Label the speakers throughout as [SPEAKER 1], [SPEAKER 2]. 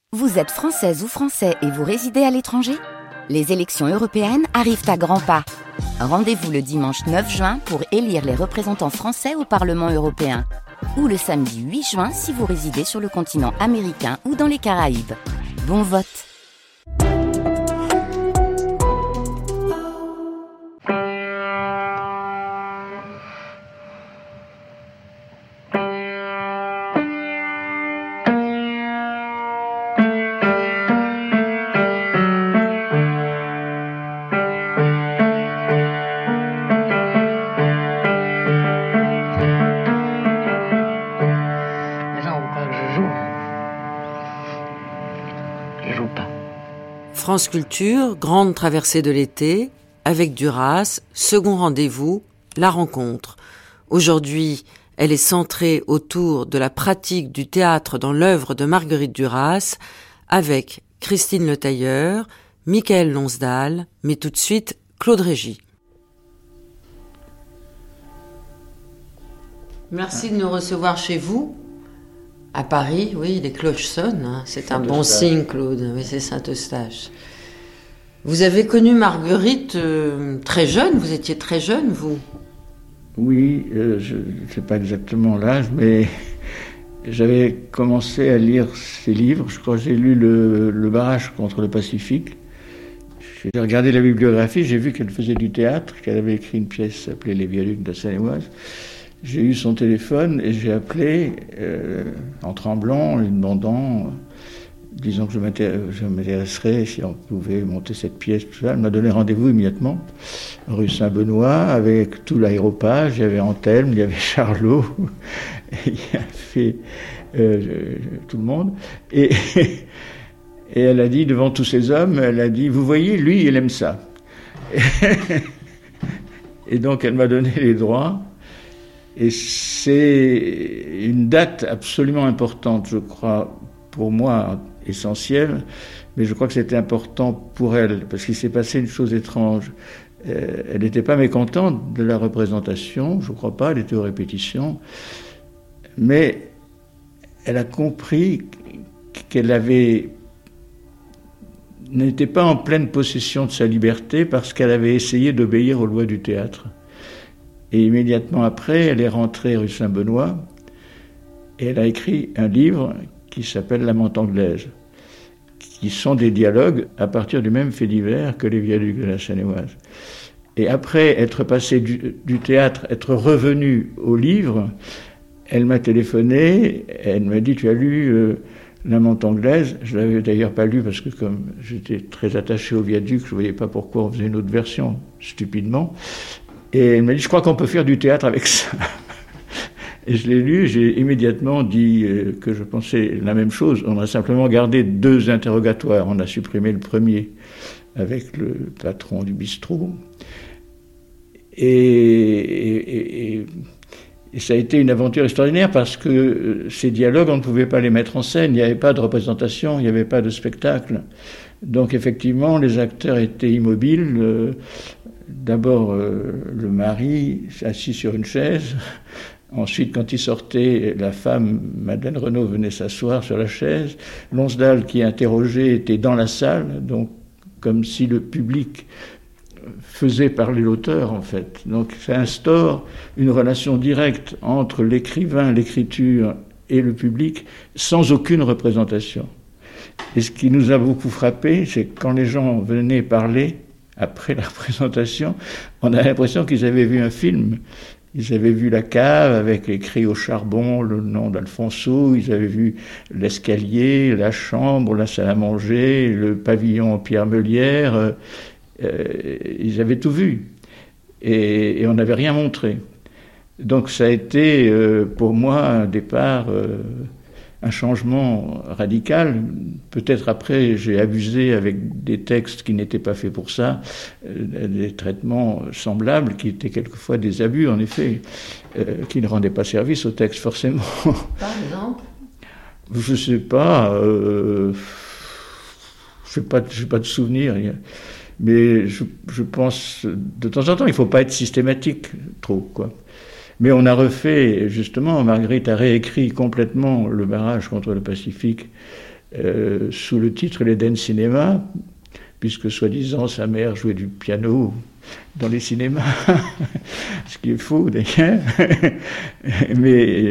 [SPEAKER 1] Vous êtes française ou français et vous résidez à l'étranger ? Les élections européennes arrivent à grands pas. Rendez-vous le dimanche 9 juin pour élire les représentants français au Parlement européen. Ou le samedi 8 juin si vous résidez sur le continent américain ou dans les Caraïbes. Bon vote!
[SPEAKER 2] France Culture, grande traversée de l'été, avec Duras, second rendez-vous, la rencontre. Aujourd'hui, elle est centrée autour de la pratique du théâtre dans l'œuvre de Marguerite Duras, avec Christine Le Tailleur, Michael Lonsdal, mais tout de suite Claude Régis. Merci de nous recevoir chez vous. À Paris, oui, les cloches sonnent, hein. C'est un bon signe, Claude. Oui, c'est Saint-Eustache. Vous avez connu Marguerite très jeune, vous étiez très jeune, vous ?
[SPEAKER 3] Oui, je ne sais pas exactement l'âge, mais j'avais commencé à lire ses livres. Je crois que j'ai lu le barrage contre le Pacifique. J'ai regardé la bibliographie, j'ai vu qu'elle faisait du théâtre, qu'elle avait écrit une pièce appelée Les Viaducs de la Seine-et-Oise. J'ai eu son téléphone et j'ai appelé en tremblant, lui demandant, disant que je m'intéresserais si on pouvait monter cette pièce, tout ça. Elle m'a donné rendez-vous immédiatement, rue Saint-Benoît, avec tout l'aéropage. Il y avait Antelme, il y avait Charlot, il y avait tout le monde. Et elle a dit, devant tous ces hommes, elle a dit, vous voyez, lui, il aime ça. Et donc elle m'a donné les droits. Et c'est une date absolument importante, je crois, pour moi, essentielle, mais je crois que c'était important pour elle, parce qu'il s'est passé une chose étrange. Elle n'était pas mécontente de la représentation, je ne crois pas, elle était aux répétitions, mais elle a compris qu'elle n'était pas en pleine possession de sa liberté parce qu'elle avait essayé d'obéir aux lois du théâtre. Et immédiatement après, elle est rentrée rue Saint-Benoît et elle a écrit un livre qui s'appelle La Menthe anglaise, qui sont des dialogues à partir du même fait divers que les Viaducs de la Seine-et-Oise. Et après être passée du théâtre, être revenue au livre, elle m'a téléphoné, elle m'a dit « Tu as lu La Menthe anglaise ?» Je ne l'avais d'ailleurs pas lu parce que comme j'étais très attaché aux Viaducs, je ne voyais pas pourquoi on faisait une autre version, stupidement. Et elle m'a dit, je crois qu'on peut faire du théâtre avec ça. Et je l'ai lu, j'ai immédiatement dit que je pensais la même chose. On a simplement gardé 2 interrogatoires. On a supprimé le premier avec le patron du bistrot. Et ça a été une aventure extraordinaire parce que ces dialogues, on ne pouvait pas les mettre en scène. Il n'y avait pas de représentation, il n'y avait pas de spectacle. Donc effectivement, les acteurs étaient immobiles. D'abord, le mari assis sur une chaise. Ensuite, quand il sortait, la femme, Madeleine Renaud, venait s'asseoir sur la chaise. Lonsdal, qui interrogeait, était dans la salle, donc comme si le public faisait parler l'auteur, en fait. Donc ça instaure une relation directe entre l'écrivain, l'écriture et le public, sans aucune représentation. Et ce qui nous a beaucoup frappé, c'est que quand les gens venaient parler, après la représentation, on a l'impression qu'ils avaient vu un film. Ils avaient vu la cave avec les cris au charbon, le nom d'Alfonso, ils avaient vu l'escalier, la chambre, la salle à manger, le pavillon en pierre meulière. Ils avaient tout vu. Et on n'avait rien montré. Donc ça a été pour moi un départ, un changement radical. Peut-être après, j'ai abusé avec des textes qui n'étaient pas faits pour ça, des traitements semblables qui étaient quelquefois des abus, en effet, qui ne rendaient pas service au texte, forcément.
[SPEAKER 2] Par exemple ?
[SPEAKER 3] Je ne sais pas. Je n'ai pas de souvenir. Mais je pense, de temps en temps, il ne faut pas être systématique trop, quoi. Mais on a refait, justement, Marguerite a réécrit complètement le barrage contre le Pacifique sous le titre l'Éden Cinéma, puisque soi-disant sa mère jouait du piano dans les cinémas, ce qui est faux d'ailleurs. Mais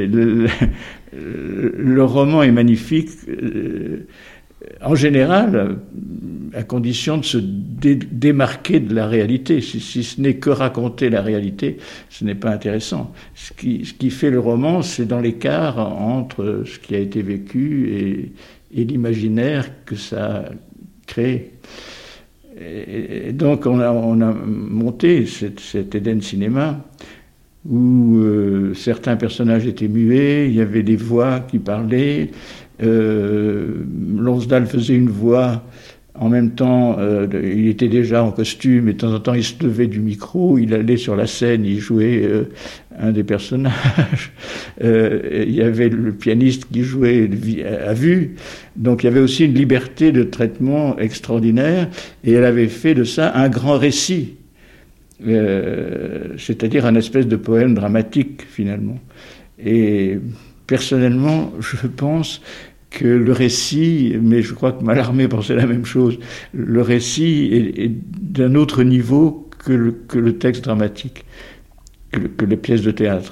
[SPEAKER 3] le roman est magnifique, en général, à condition de se démarquer de la réalité. Si ce n'est que raconter la réalité, ce n'est pas intéressant. Ce qui fait le roman, c'est dans l'écart entre ce qui a été vécu et l'imaginaire que ça crée. Et donc on a monté cet Éden Cinéma où certains personnages étaient muets, il y avait des voix qui parlaient. Lonsdal faisait une voix, en même temps il était déjà en costume et de temps en temps il se levait du micro, il allait sur la scène, il jouait un des personnages. Il y avait le pianiste qui jouait à vue, donc il y avait aussi une liberté de traitement extraordinaire, et elle avait fait de ça un grand récit, c'est-à-dire un espèce de poème dramatique finalement. Et personnellement, je pense que le récit, mais je crois que Mallarmé pensait la même chose, le récit est d'un autre niveau que le texte dramatique, que les pièces de théâtre.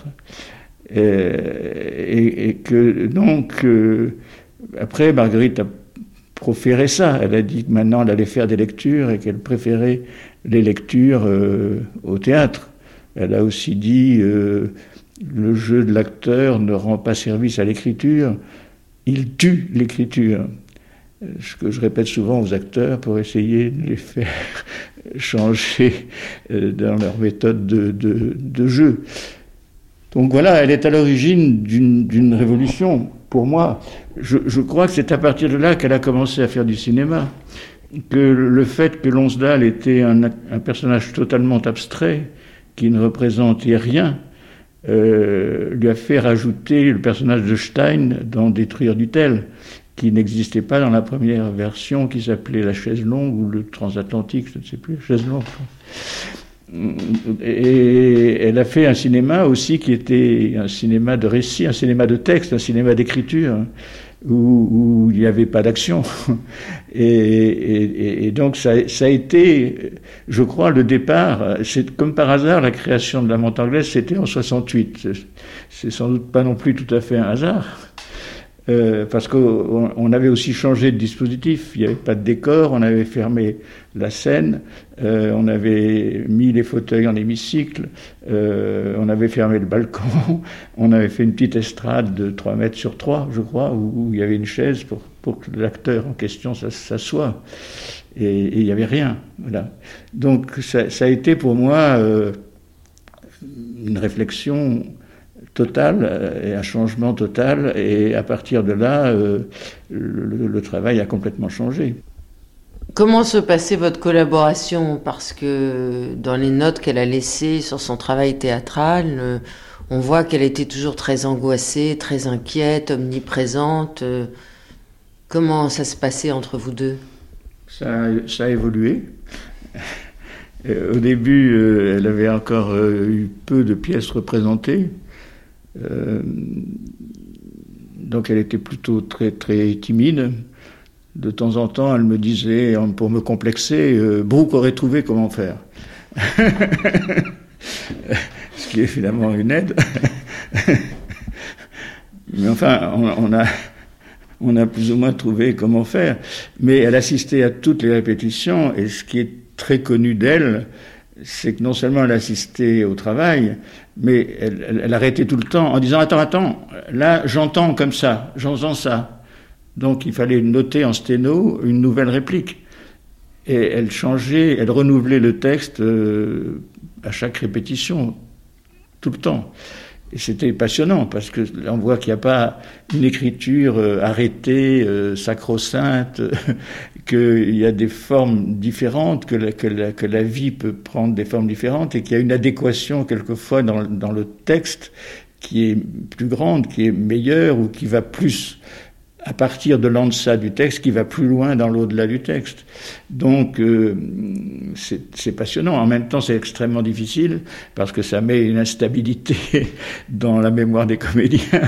[SPEAKER 3] Et que donc, après, Marguerite a proféré ça. Elle a dit que maintenant elle allait faire des lectures et qu'elle préférait les lectures au théâtre. Elle a aussi dit le jeu de l'acteur ne rend pas service à l'écriture, il tue l'écriture. Ce que je répète souvent aux acteurs pour essayer de les faire changer dans leur méthode de jeu. Donc voilà, elle est à l'origine d'une révolution. Pour moi, je crois que c'est à partir de là qu'elle a commencé à faire du cinéma. Que le fait que Lonsdal était un personnage totalement abstrait, qui ne représentait rien, lui a fait rajouter le personnage de Stein dans Détruire Dutel, qui n'existait pas dans la première version, qui s'appelait La Chaise Longue ou le Transatlantique, je ne sais plus, Chaise Longue. Et elle a fait un cinéma aussi qui était un cinéma de récit, un cinéma de texte, un cinéma d'écriture, où il n'y avait pas d'action. Et donc ça a été, je crois, le départ. C'est comme par hasard, la création de la Menthe anglaise, c'était en 68. C'est sans doute pas non plus tout à fait un hasard. Parce qu'on avait aussi changé de dispositif, il n'y avait pas de décor, on avait fermé la scène, on avait mis les fauteuils en hémicycle, on avait fermé le balcon, on avait fait une petite estrade de 3 mètres sur 3, je crois, où il y avait une chaise pour que l'acteur en question s'assoie. Et il n'y avait rien. Voilà. Donc ça a été pour moi une réflexion total et un changement total, et à partir de là, le travail a complètement changé.
[SPEAKER 2] Comment se passait votre collaboration? Parce que dans les notes qu'elle a laissées sur son travail théâtral, on voit qu'elle était toujours très angoissée, très inquiète, omniprésente. Comment ça se passait entre vous deux?
[SPEAKER 3] Ça a évolué. Au début, elle avait encore eu peu de pièces représentées. Donc elle était plutôt très très timide. De temps en temps, elle me disait, pour me complexer, Brooke aurait trouvé comment faire. Ce qui est finalement une aide. Mais enfin, on a plus ou moins trouvé comment faire. Mais elle assistait à toutes les répétitions, et ce qui est très connu d'elle, c'est que non seulement elle assistait au travail, mais elle arrêtait tout le temps en disant « Attends, là j'entends comme ça, j'entends ça ». Donc il fallait noter en sténo une nouvelle réplique. Et elle changeait, elle renouvelait le texte à chaque répétition, tout le temps. Et c'était passionnant, parce que là, on voit qu'il n'y a pas une écriture arrêtée, sacro-sainte, qu'il y a des formes différentes, que la vie peut prendre des formes différentes, et qu'il y a une adéquation quelquefois dans le texte qui est plus grande, qui est meilleure, ou qui va plus à partir de l'en-deçà du texte qui va plus loin dans l'au-delà du texte. Donc c'est passionnant. En même temps, c'est extrêmement difficile parce que ça met une instabilité dans la mémoire des comédiens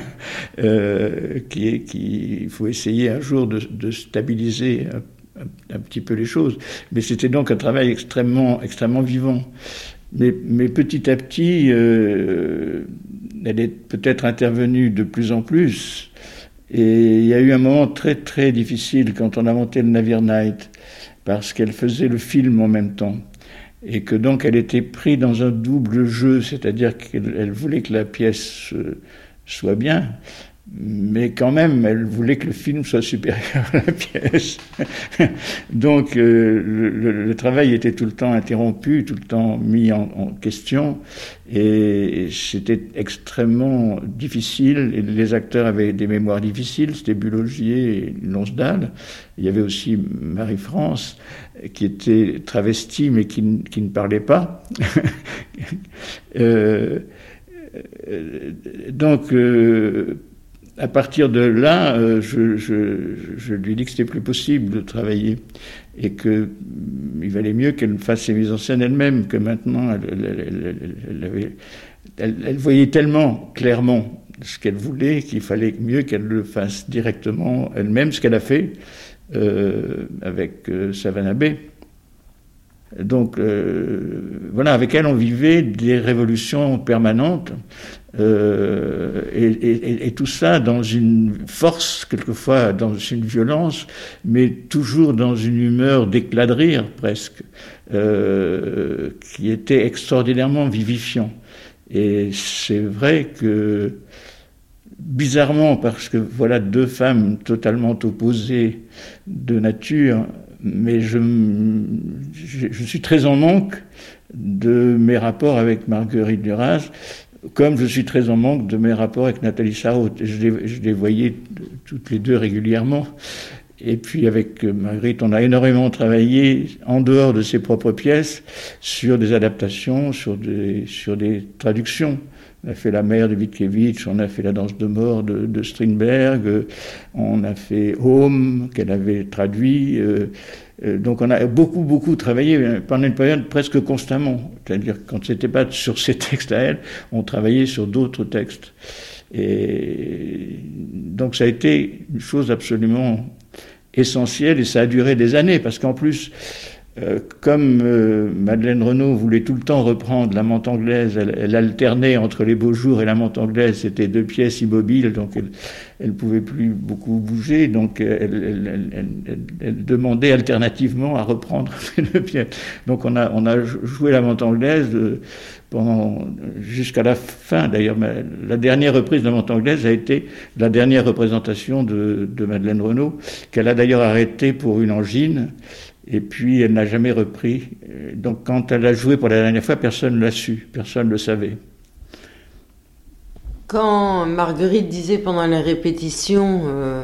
[SPEAKER 3] il faut essayer un jour de stabiliser un petit peu les choses. Mais c'était donc un travail extrêmement vivant. Mais petit à petit, elle est peut-être intervenue de plus en plus. Et il y a eu un moment très très difficile quand on a monté le Navire Night, parce qu'elle faisait le film en même temps. Et que donc elle était prise dans un double jeu, c'est-à-dire qu'elle voulait que la pièce soit bien, mais quand même, elle voulait que le film soit supérieur à la pièce. Donc, le travail était tout le temps interrompu, tout le temps mis en question, et c'était extrêmement difficile. Et les acteurs avaient des mémoires difficiles, c'était Bulogier et Lonsdal. Il y avait aussi Marie-France, qui était travestie, mais qui ne parlait pas. Donc, à partir de là, je lui dis que c'était plus possible de travailler et que il valait mieux qu'elle fasse ses mises en scène elle-même, que maintenant elle voyait tellement clairement ce qu'elle voulait qu'il fallait mieux qu'elle le fasse directement elle-même, ce qu'elle a fait avec Savannah Bay. Donc voilà, avec elle on vivait des révolutions permanentes et tout ça dans une force, quelquefois dans une violence, mais toujours dans une humeur d'éclat de rire presque, qui était extraordinairement vivifiant. Et c'est vrai que bizarrement, parce que voilà deux femmes totalement opposées de nature, mais je suis très en manque de mes rapports avec Marguerite Duras, comme je suis très en manque de mes rapports avec Nathalie Sarraute. Je les voyais toutes les deux régulièrement. Et puis avec Marguerite, on a énormément travaillé en dehors de ses propres pièces sur des adaptations, sur des traductions. On a fait La Mère de Witkiewicz, on a fait La Danse de mort de Strindberg, on a fait Home, qu'elle avait traduit. Donc on a beaucoup travaillé pendant une période presque constamment. C'est-à-dire quand c'était pas sur ces textes à elle, on travaillait sur d'autres textes. Et donc ça a été une chose absolument essentielle et ça a duré des années parce qu'en plus, comme Madeleine Renaud voulait tout le temps reprendre La Menthe anglaise, elle alternait entre Les Beaux Jours et La Menthe anglaise, c'était deux pièces immobiles, donc elle pouvait plus beaucoup bouger, donc elle demandait alternativement à reprendre les deux pièces. Donc on a joué La Menthe anglaise jusqu'à la fin. D'ailleurs, la dernière reprise de La Menthe anglaise a été la dernière représentation de Madeleine Renaud, qu'elle a d'ailleurs arrêtée pour une angine. Et puis, elle n'a jamais repris. Donc, quand elle a joué pour la dernière fois, personne ne l'a su, personne ne le savait.
[SPEAKER 2] Quand Marguerite disait pendant la répétition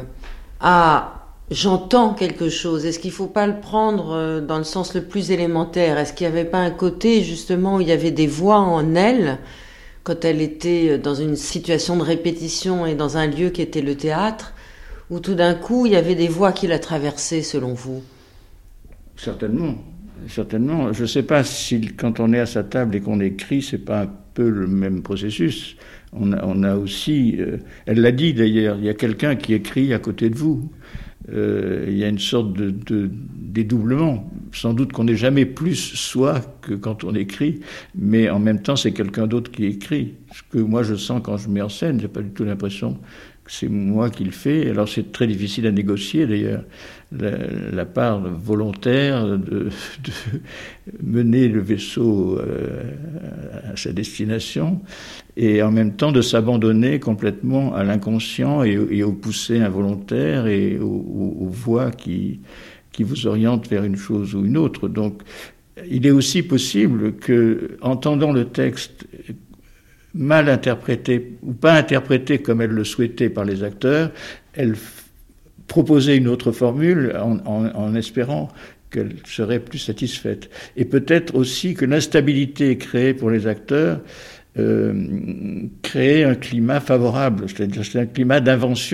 [SPEAKER 2] j'entends quelque chose, est-ce qu'il ne faut pas le prendre dans le sens le plus élémentaire? Est-ce qu'il n'y avait pas un côté, justement, où il y avait des voix en elle, quand elle était dans une situation de répétition et dans un lieu qui était le théâtre, où tout d'un coup, il y avait des voix qui la traversaient, selon vous?
[SPEAKER 3] Certainement. Je ne sais pas si quand on est à sa table et qu'on écrit, c'est pas un peu le même processus. On a aussi, elle l'a dit d'ailleurs, il y a quelqu'un qui écrit à côté de vous. Il y a une sorte de dédoublement. Sans doute qu'on n'est jamais plus soi que quand on écrit, mais en même temps, c'est quelqu'un d'autre qui écrit. Ce que moi je sens quand je mets en scène, j'ai pas du tout l'impression que c'est moi qui le fais. Alors c'est très difficile à négocier d'ailleurs, la part volontaire de mener le vaisseau à sa destination et en même temps de s'abandonner complètement à l'inconscient et aux poussées involontaires et aux voix qui vous orientent vers une chose ou une autre. Donc il est aussi possible que, entendant le texte mal interprété ou pas interprété comme elle le souhaitait par les acteurs, elle proposait une autre formule en espérant qu'elle serait plus satisfaite. Et peut-être aussi que l'instabilité créée pour les acteurs créait un climat favorable, c'est-à-dire c'est un climat d'invention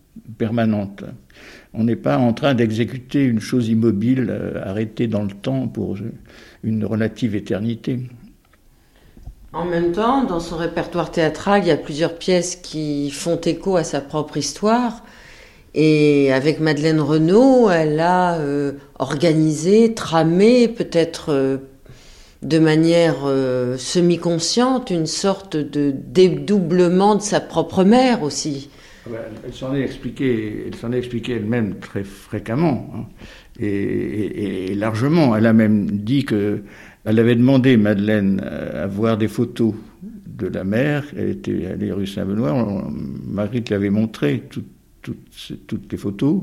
[SPEAKER 3] permanente. On n'est pas en train d'exécuter une chose immobile, arrêtée dans le temps pour une relative éternité.
[SPEAKER 2] En même temps, dans son répertoire théâtral, il y a plusieurs pièces qui font écho à sa propre histoire. Et avec Madeleine Renaud, elle a organisé, tramé, peut-être de manière semi-consciente, une sorte de dédoublement de sa propre mère aussi.
[SPEAKER 3] Elle s'en est expliquée elle-même très fréquemment, hein, et largement. Elle a même dit qu'elle avait demandé, Madeleine, à voir des photos de la mère. Elle était allée rue Saint-Benoît, Marguerite lui avait montré toutes les photos.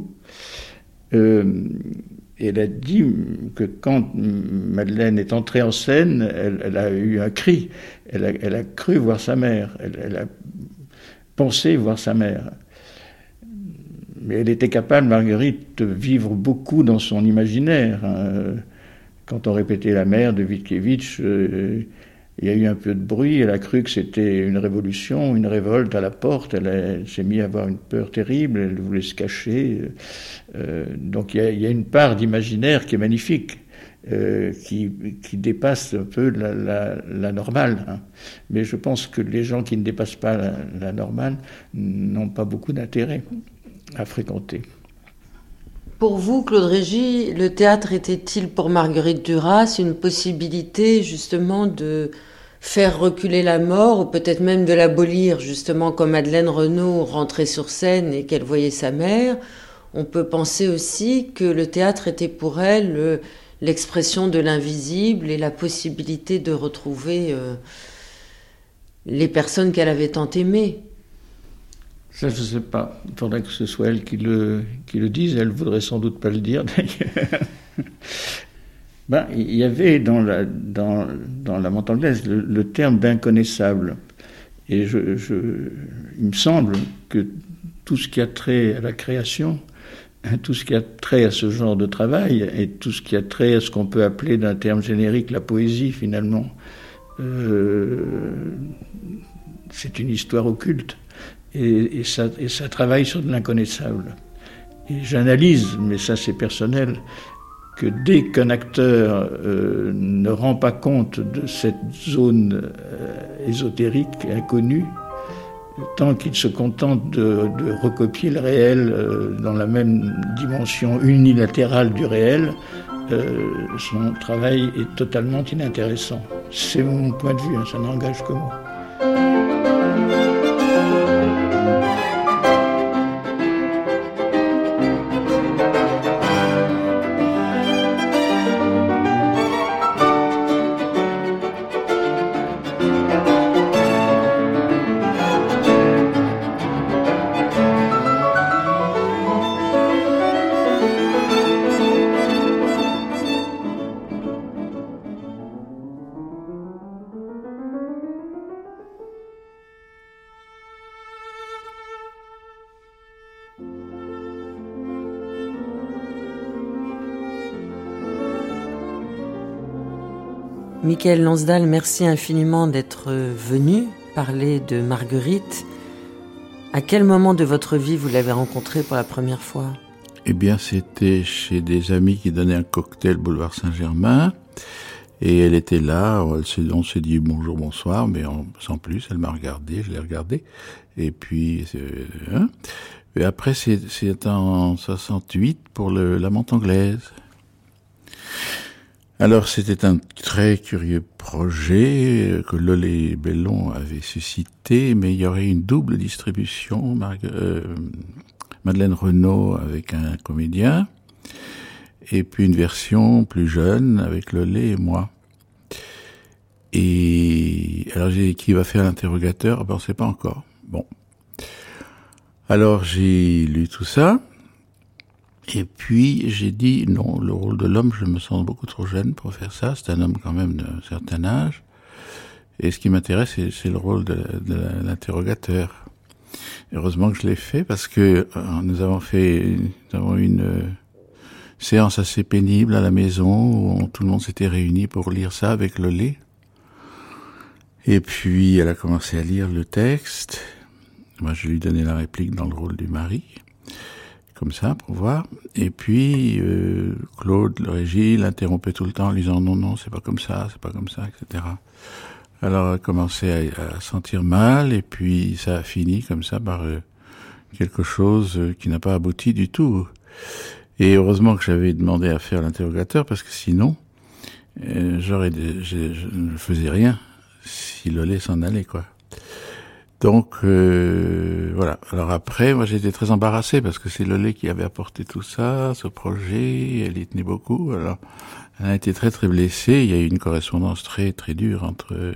[SPEAKER 3] Et elle a dit que quand Madeleine est entrée en scène, elle a eu un cri. Elle a cru voir sa mère. Elle a pensé voir sa mère. Mais elle était capable, Marguerite, de vivre beaucoup dans son imaginaire. Quand on répétait la mère de Witkiewicz, il y a eu un peu de bruit, elle a cru que c'était une révolution, une révolte à la porte, elle s'est mise à avoir une peur terrible, elle voulait se cacher. Donc il y a une part d'imaginaire qui est magnifique, qui dépasse un peu la normale. Hein. Mais je pense que les gens qui ne dépassent pas la normale n'ont pas beaucoup d'intérêt à fréquenter.
[SPEAKER 2] Pour vous, Claude Régis, le théâtre était-il pour Marguerite Duras une possibilité justement de faire reculer la mort, ou peut-être même de l'abolir, justement comme Madeleine Renaud rentrait sur scène et qu'elle voyait sa mère? On peut penser aussi que le théâtre était pour elle l'expression de l'invisible et la possibilité de retrouver les personnes qu'elle avait tant aimées.
[SPEAKER 3] Ça, je ne sais pas. Il faudrait que ce soit elle qui le dise. Elle ne voudrait sans doute pas le dire, d'ailleurs. Il y avait dans la menthe anglaise le terme d'inconnaissable. Et il me semble que tout ce qui a trait à la création, tout ce qui a trait à ce genre de travail, et tout ce qui a trait à ce qu'on peut appeler d'un terme générique la poésie, finalement, c'est une histoire occulte. Et ça travaille sur de l'inconnaissable. Et j'analyse, mais ça c'est personnel, que dès qu'un acteur ne rend pas compte de cette zone ésotérique, inconnue, tant qu'il se contente de recopier le réel dans la même dimension unilatérale du réel, son travail est totalement inintéressant. C'est mon point de vue, hein, ça n'engage que moi.
[SPEAKER 2] Michael Lansdal, merci infiniment d'être venu parler de Marguerite. À quel moment de votre vie vous l'avez rencontrée pour la première fois?
[SPEAKER 4] Eh bien, c'était chez des amis qui donnaient un cocktail boulevard Saint-Germain. Et elle était là, on s'est dit bonjour, bonsoir, mais sans plus, elle m'a regardé, je l'ai regardé. Et puis, et après, c'est en 68 pour la menthe anglaise. Alors, c'était un très curieux projet que Lollet Bellon avait suscité, mais il y aurait une double distribution, Madeleine Renaud avec un comédien, et puis une version plus jeune avec Lollet et moi. Et alors, qui va faire l'interrogateur? Ben, on ne sait pas encore. Bon. Alors, j'ai lu tout ça. Et puis, j'ai dit, non, le rôle de l'homme, je me sens beaucoup trop jeune pour faire ça. C'est un homme quand même d'un certain âge. Et ce qui m'intéresse, c'est le rôle de l'interrogateur. Heureusement que je l'ai fait parce que nous avons eu une séance assez pénible à la maison où tout le monde s'était réuni pour lire ça avec Lollet. Et puis, elle a commencé à lire le texte. Moi, je lui donnais la réplique dans le rôle du mari. comme ça, pour voir. Et puis, Claude, le Régis, l'interrompait tout le temps en disant non, c'est pas comme ça, etc. Alors, elle a commencé à sentir mal, et puis ça a fini comme ça par quelque chose qui n'a pas abouti du tout. Et heureusement que j'avais demandé à faire l'interrogateur, parce que sinon, je ne faisais rien si Lollet s'en allait, quoi. Donc, voilà. Alors après, moi, j'étais très embarrassé parce que c'est Lollet qui avait apporté tout ça, ce projet, elle y tenait beaucoup. Alors, elle a été très, très blessée. Il y a eu une correspondance très, très dure entre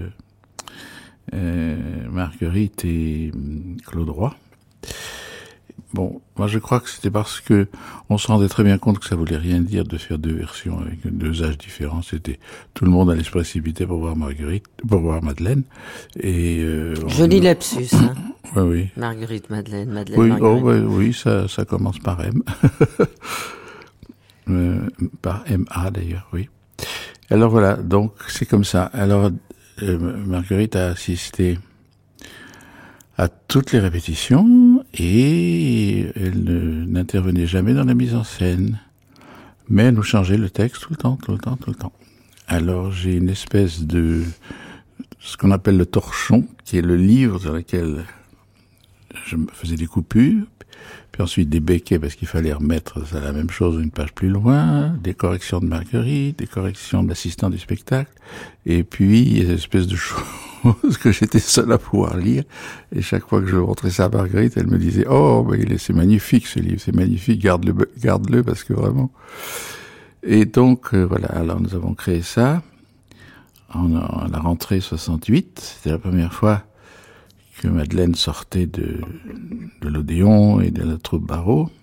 [SPEAKER 4] Marguerite et Claude Roy. Bon, moi je crois que c'était parce que on se rendait très bien compte que ça voulait rien dire de faire deux versions avec deux âges différents. C'était tout le monde allait se précipiter pour voir Madeleine. Et
[SPEAKER 2] joli lapsus, hein.
[SPEAKER 4] Oui.
[SPEAKER 2] Marguerite, Madeleine,
[SPEAKER 4] Oui,
[SPEAKER 2] Marguerite.
[SPEAKER 4] oui, ça commence par M. Par MA d'ailleurs, oui. Alors voilà, donc c'est comme ça. Alors Marguerite a assisté à toutes les répétitions et elle n'intervenait jamais dans la mise en scène. Mais elle nous changeait le texte tout le temps. Alors j'ai une espèce de ce qu'on appelle le torchon, qui est le livre dans lequel je me faisais des coupures, puis ensuite des béquets parce qu'il fallait remettre ça la même chose une page plus loin, des corrections de Marguerite, des corrections de l'assistant du spectacle, et puis des espèces de choses que j'étais seul à pouvoir lire, et chaque fois que je montrais ça à Marguerite, elle me disait « Oh, c'est magnifique ce livre, c'est magnifique, garde-le parce que vraiment... » Et donc, voilà, alors nous avons créé ça à la rentrée 68, c'était la première fois que Madeleine sortait de l'Odéon et de la troupe Barrault.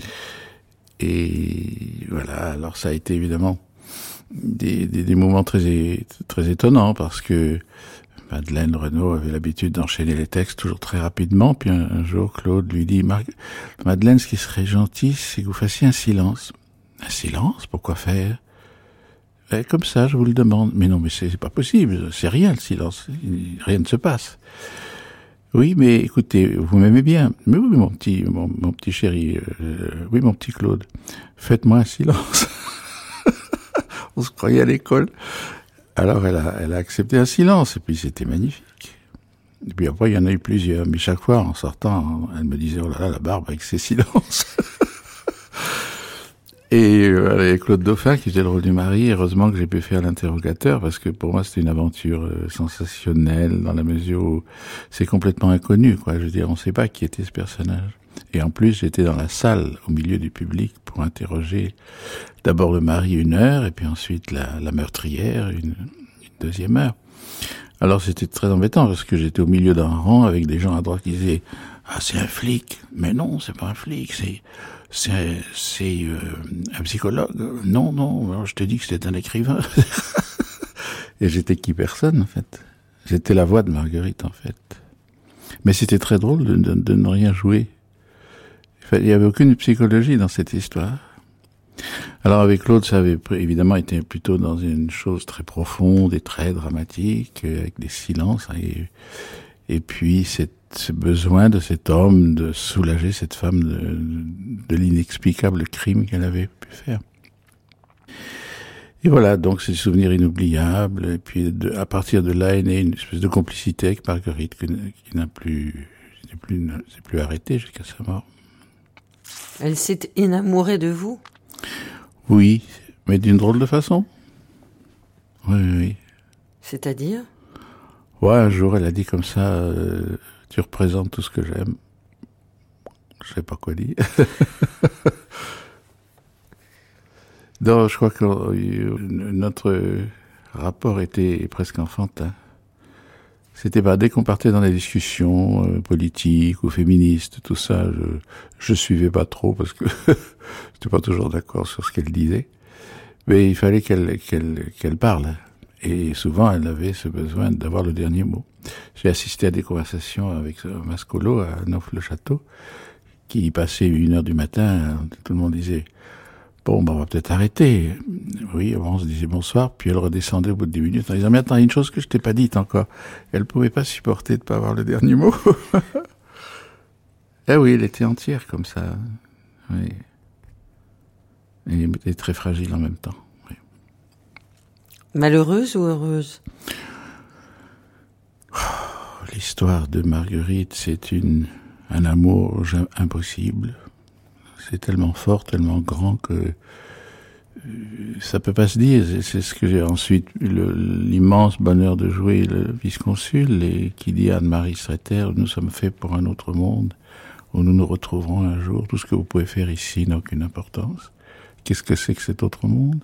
[SPEAKER 4] Et voilà, alors ça a été évidemment des moments très, très étonnants parce que Madeleine Renaud avait l'habitude d'enchaîner les textes toujours très rapidement. Puis un jour, Claude lui dit « Madeleine, ce qui serait gentil, c'est que vous fassiez un silence. » « Un silence? Pourquoi faire? » « Comme ça, je vous le demande. »« Mais non, mais c'est pas possible. C'est rien, le silence. Rien ne se passe. » « Oui, mais écoutez, vous m'aimez bien. »« Mais oui, mon petit chéri. Oui, mon petit Claude. Faites-moi un silence. » On se croyait à l'école. Alors, elle a accepté un silence, et puis c'était magnifique. Et puis après, il y en a eu plusieurs. Mais chaque fois, en sortant, elle me disait « Oh là là, la barbe avec ses silences. » Et Claude Dauphin, qui faisait le rôle du mari, heureusement que j'ai pu faire l'interrogateur, parce que pour moi c'était une aventure sensationnelle, dans la mesure où c'est complètement inconnu, quoi. Je veux dire, on ne sait pas qui était ce personnage. Et en plus, j'étais dans la salle, au milieu du public, pour interroger d'abord le mari 1 heure, et puis ensuite la meurtrière une 2e heure. Alors c'était très embêtant, parce que j'étais au milieu d'un rang, avec des gens à droite qui disaient « Ah, c'est un flic !» Mais non, c'est pas un flic, c'est un psychologue. Non, je te dis que c'était un écrivain. Et j'étais qui personne, en fait. J'étais la voix de Marguerite, en fait. Mais c'était très drôle de ne rien jouer. Il n'y avait aucune psychologie dans cette histoire. Alors avec Claude, ça avait évidemment été plutôt dans une chose très profonde et très dramatique, avec des silences, et puis ce besoin de cet homme de soulager cette femme de l'inexplicable crime qu'elle avait pu faire. Et voilà, donc c'est des souvenirs inoubliables, et puis à partir de là est née une espèce de complicité avec Marguerite qui n'a plus, c'est plus arrêtée jusqu'à sa mort.
[SPEAKER 2] Elle s'est enamourée de vous?
[SPEAKER 4] Oui, mais d'une drôle de façon. Oui.
[SPEAKER 2] C'est-à-dire?
[SPEAKER 4] Ouais, un jour, elle a dit comme ça, tu représentes tout ce que j'aime. Je sais pas quoi dire. Non, je crois que notre rapport était presque enfantin. C'était dès qu'on partait dans les discussions politiques ou féministes, tout ça, je suivais pas trop parce que j'étais pas toujours d'accord sur ce qu'elle disait. Mais il fallait qu'elle parle. Et souvent, elle avait ce besoin d'avoir le dernier mot. J'ai assisté à des conversations avec Mascolo à Neauphle-le-Château, qui passait 1h du matin, tout le monde disait « Bon, on va peut-être arrêter. » Oui, on se disait bonsoir, puis elle redescendait au bout de 10 minutes en disant « Mais attends, il y a une chose que je t'ai pas dite encore. » Elle pouvait pas supporter de pas avoir le dernier mot. Eh oui, elle était entière comme ça. Oui. Et elle était très fragile en même temps. Oui.
[SPEAKER 2] Malheureuse ou heureuse?
[SPEAKER 4] L'histoire de Marguerite, c'est un amour impossible. C'est tellement fort, tellement grand que ça peut pas se dire. C'est ce que j'ai ensuite eu l'immense bonheur de jouer le vice-consul et qui dit Anne-Marie Streeter, nous sommes faits pour un autre monde où nous nous retrouverons un jour. Tout ce que vous pouvez faire ici n'a aucune importance. Qu'est-ce que c'est que cet autre monde?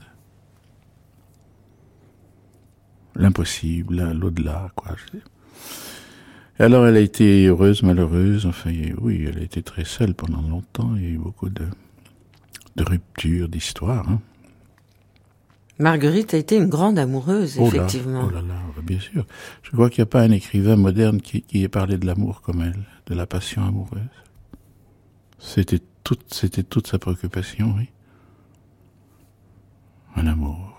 [SPEAKER 4] L'impossible, l'au-delà, quoi. Et alors elle a été heureuse, malheureuse, enfin oui, elle a été très seule pendant longtemps, il y a eu beaucoup de ruptures, d'histoires. Hein.
[SPEAKER 2] Marguerite a été une grande amoureuse, effectivement.
[SPEAKER 4] Oh là là, bien sûr. Je crois qu'il n'y a pas un écrivain moderne qui ait parlé de l'amour comme elle, de la passion amoureuse. C'était toute sa préoccupation, oui. Un amour.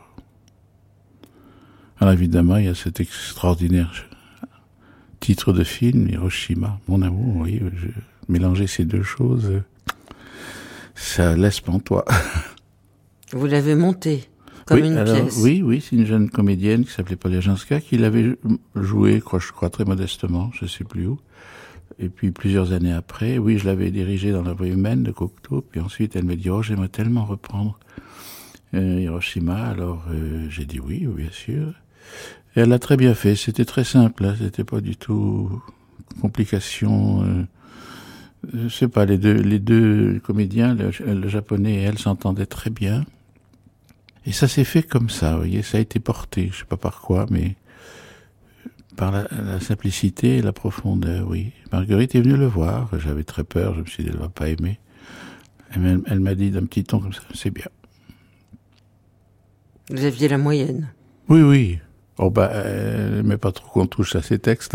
[SPEAKER 4] Alors évidemment, il y a cet extraordinaire titre de film, Hiroshima, mon amour, oui, mélanger ces deux choses, ça laisse pantois.
[SPEAKER 2] Vous l'avez monté comme une pièce.
[SPEAKER 4] Oui, c'est une jeune comédienne qui s'appelait Poliajanska, qui l'avait joué, je crois, très modestement, je ne sais plus où. Et puis plusieurs années après, oui, je l'avais dirigée dans La Voix humaine de Cocteau, puis ensuite elle me dit, oh, j'aimerais tellement reprendre Hiroshima, alors j'ai dit oui, bien sûr. Et elle l'a très bien fait, c'était très simple, hein, c'était pas du tout complication. Je sais pas, les deux comédiens, le japonais et elle, s'entendaient très bien. Et ça s'est fait comme ça, vous voyez, ça a été porté, je sais pas par quoi, mais par la simplicité et la profondeur, oui. Marguerite est venue le voir, j'avais très peur, je me suis dit, elle va pas aimer. Elle m'a dit d'un petit ton comme ça, c'est bien.
[SPEAKER 2] Vous aviez la moyenne.
[SPEAKER 4] Oui. Oh elle n'aimait pas trop qu'on touche à ses textes.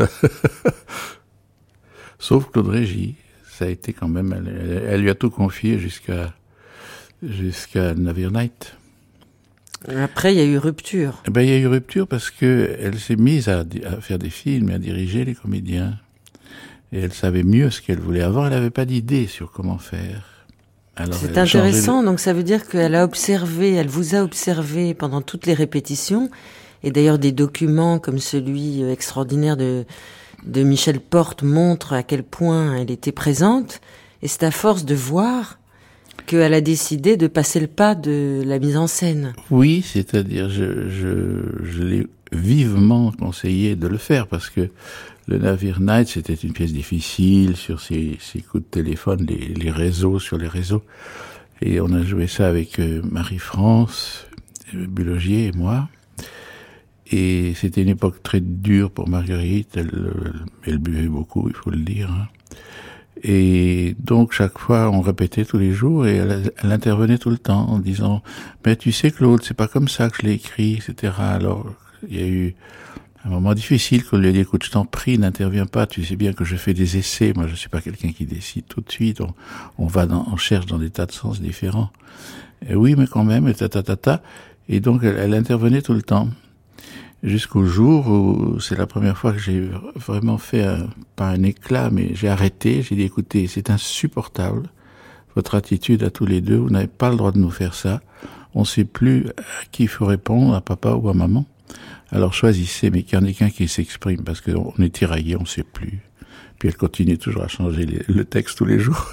[SPEAKER 4] Sauf Claude Régis. Ça a été quand même, elle lui a tout confié jusqu'à Navire Night.
[SPEAKER 2] Après, il y a eu rupture.
[SPEAKER 4] Il y a eu rupture parce que elle s'est mise à faire des films et à diriger les comédiens. Et elle savait mieux ce qu'elle voulait. Avant, elle n'avait pas d'idée sur comment faire. Alors,
[SPEAKER 2] c'est intéressant, donc ça veut dire qu'elle vous a observé pendant toutes les répétitions, et d'ailleurs des documents comme celui extraordinaire de Michel Porte montrent à quel point elle était présente, et c'est à force de voir qu'elle a décidé de passer le pas de la mise en scène.
[SPEAKER 4] Oui, c'est-à-dire je l'ai vivement conseillé de le faire, parce que le Navire Night, c'était une pièce difficile sur ces coups de téléphone, les réseaux, sur les réseaux. Et on a joué ça avec Marie-France, Bulogier et moi. Et c'était une époque très dure pour Marguerite. Elle buvait beaucoup, il faut le dire. Hein. Et donc, chaque fois, on répétait tous les jours et elle intervenait tout le temps en disant « Mais tu sais, Claude, c'est pas comme ça que je l'ai écrit, etc. » Alors, il y a eu un moment difficile qu'on lui a dit, écoute, je t'en prie, n'interviens pas, tu sais bien que je fais des essais, moi je suis pas quelqu'un qui décide tout de suite, on cherche dans des tas de sens différents. Et oui, mais quand même, et donc elle intervenait tout le temps, jusqu'au jour où c'est la première fois que j'ai vraiment fait, pas un éclat, mais j'ai arrêté, j'ai dit, écoutez, c'est insupportable, votre attitude à tous les deux, vous n'avez pas le droit de nous faire ça, on sait plus à qui il faut répondre, à papa ou à maman. Alors choisissez, mais qu'il y en ait qu'un qui s'exprime, parce qu'on est tiraillé, on ne sait plus. Puis elle continue toujours à changer le texte tous les jours.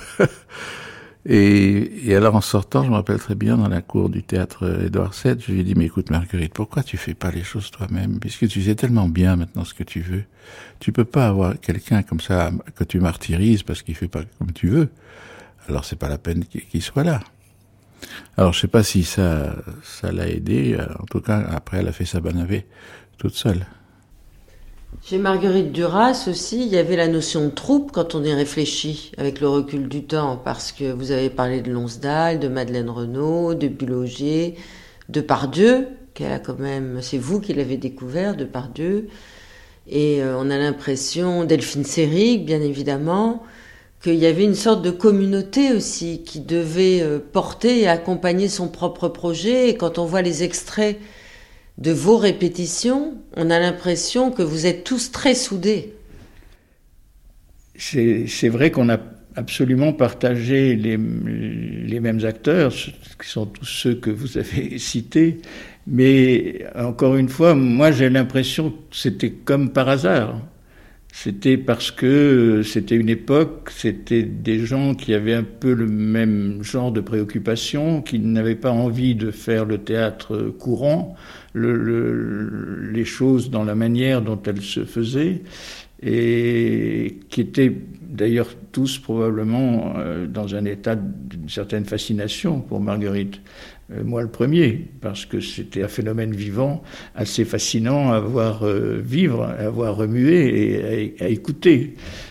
[SPEAKER 4] et alors en sortant, je me rappelle très bien, dans la cour du théâtre Édouard VII, je lui ai dit, mais écoute Marguerite, pourquoi tu fais pas les choses toi-même? Puisque tu sais tellement bien maintenant ce que tu veux. Tu peux pas avoir quelqu'un comme ça que tu martyrises parce qu'il fait pas comme tu veux. Alors c'est pas la peine qu'il soit là. Alors, je sais pas si ça l'a aidé. En tout cas, après, elle a fait sa Banavée toute seule.
[SPEAKER 2] Chez Marguerite Duras aussi, il y avait la notion de troupe quand on y réfléchit, avec le recul du temps, parce que vous avez parlé de Lonsdal, de Madeleine Renaud, de Bulogier, de Pardieu, qu'elle a quand même, c'est vous qui l'avez découvert, de Pardieu. Et on a l'impression, Delphine Seyrig, bien évidemment, qu'il y avait une sorte de communauté aussi qui devait porter et accompagner son propre projet. Et quand on voit les extraits de vos répétitions, on a l'impression que vous êtes tous très soudés.
[SPEAKER 3] C'est vrai qu'on a absolument partagé les mêmes acteurs, qui sont tous ceux que vous avez cités, mais encore une fois, moi j'ai l'impression que c'était comme par hasard. C'était parce que c'était une époque, c'était des gens qui avaient un peu le même genre de préoccupation, qui n'avaient pas envie de faire le théâtre courant, les choses dans la manière dont elles se faisaient, et qui étaient d'ailleurs tous probablement dans un état d'une certaine fascination pour Marguerite. Moi le premier, parce que c'était un phénomène vivant assez fascinant à voir vivre, à voir remuer et à écouter.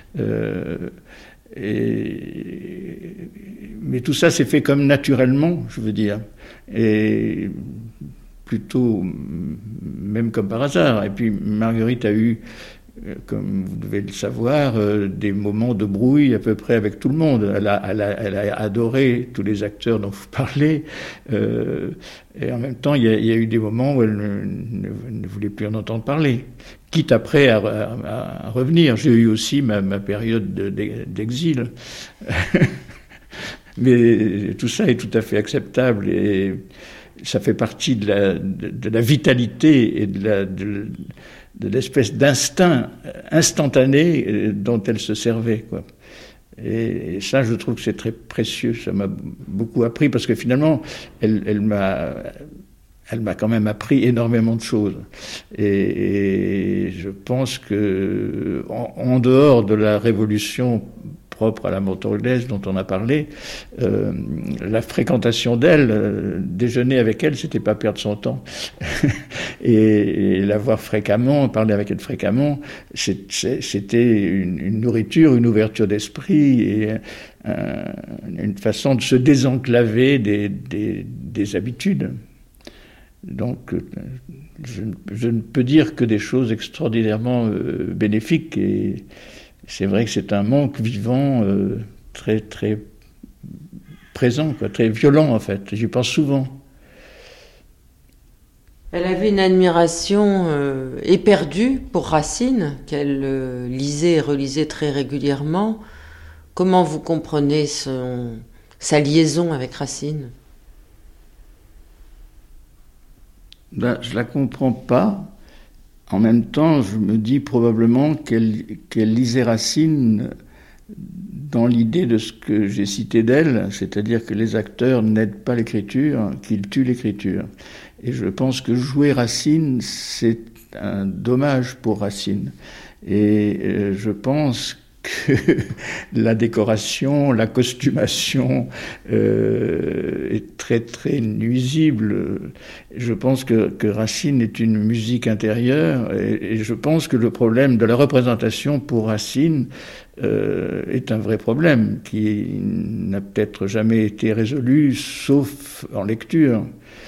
[SPEAKER 3] Mais tout ça s'est fait comme naturellement, je veux dire, et plutôt même comme par hasard. Et puis Marguerite a eu, comme vous devez le savoir, des moments de brouille à peu près avec tout le monde. Elle a adoré tous les acteurs dont vous parlez, et en même temps, il y a eu des moments où elle ne voulait plus en entendre parler, quitte après à revenir. J'ai eu aussi ma période d'exil. Mais tout ça est tout à fait acceptable, et ça fait partie de la vitalité et de l'espèce d'instinct instantané dont elle se servait, quoi. Et ça, je trouve que c'est très précieux. Ça m'a beaucoup appris, parce que finalement, elle m'a quand même appris énormément de choses. Et je pense que, en dehors de la révolution propre à la montréalaise dont on a parlé, la fréquentation d'elle, déjeuner avec elle, c'était pas perdre son temps. et la voir fréquemment, parler avec elle fréquemment, c'était une nourriture, une ouverture d'esprit et une façon de se désenclaver des habitudes. Donc, je ne peux dire que des choses extraordinairement bénéfiques, et c'est vrai que c'est un manque vivant très, très présent, quoi, très violent en fait. J'y pense souvent.
[SPEAKER 2] Elle avait une admiration éperdue pour Racine, qu'elle lisait et relisait très régulièrement. Comment vous comprenez sa liaison avec Racine ?
[SPEAKER 3] Ben, je la comprends pas. En même temps, je me dis probablement qu'elle lisait Racine dans l'idée de ce que j'ai cité d'elle, c'est-à-dire que les acteurs n'aident pas l'écriture, qu'ils tuent l'écriture. Et je pense que jouer Racine, c'est un dommage pour Racine. Et je pense que la décoration, la costumation est très très nuisible. Je pense que Racine est une musique intérieure, et je pense que le problème de la représentation pour Racine est un vrai problème qui n'a peut-être jamais été résolu, sauf en lecture.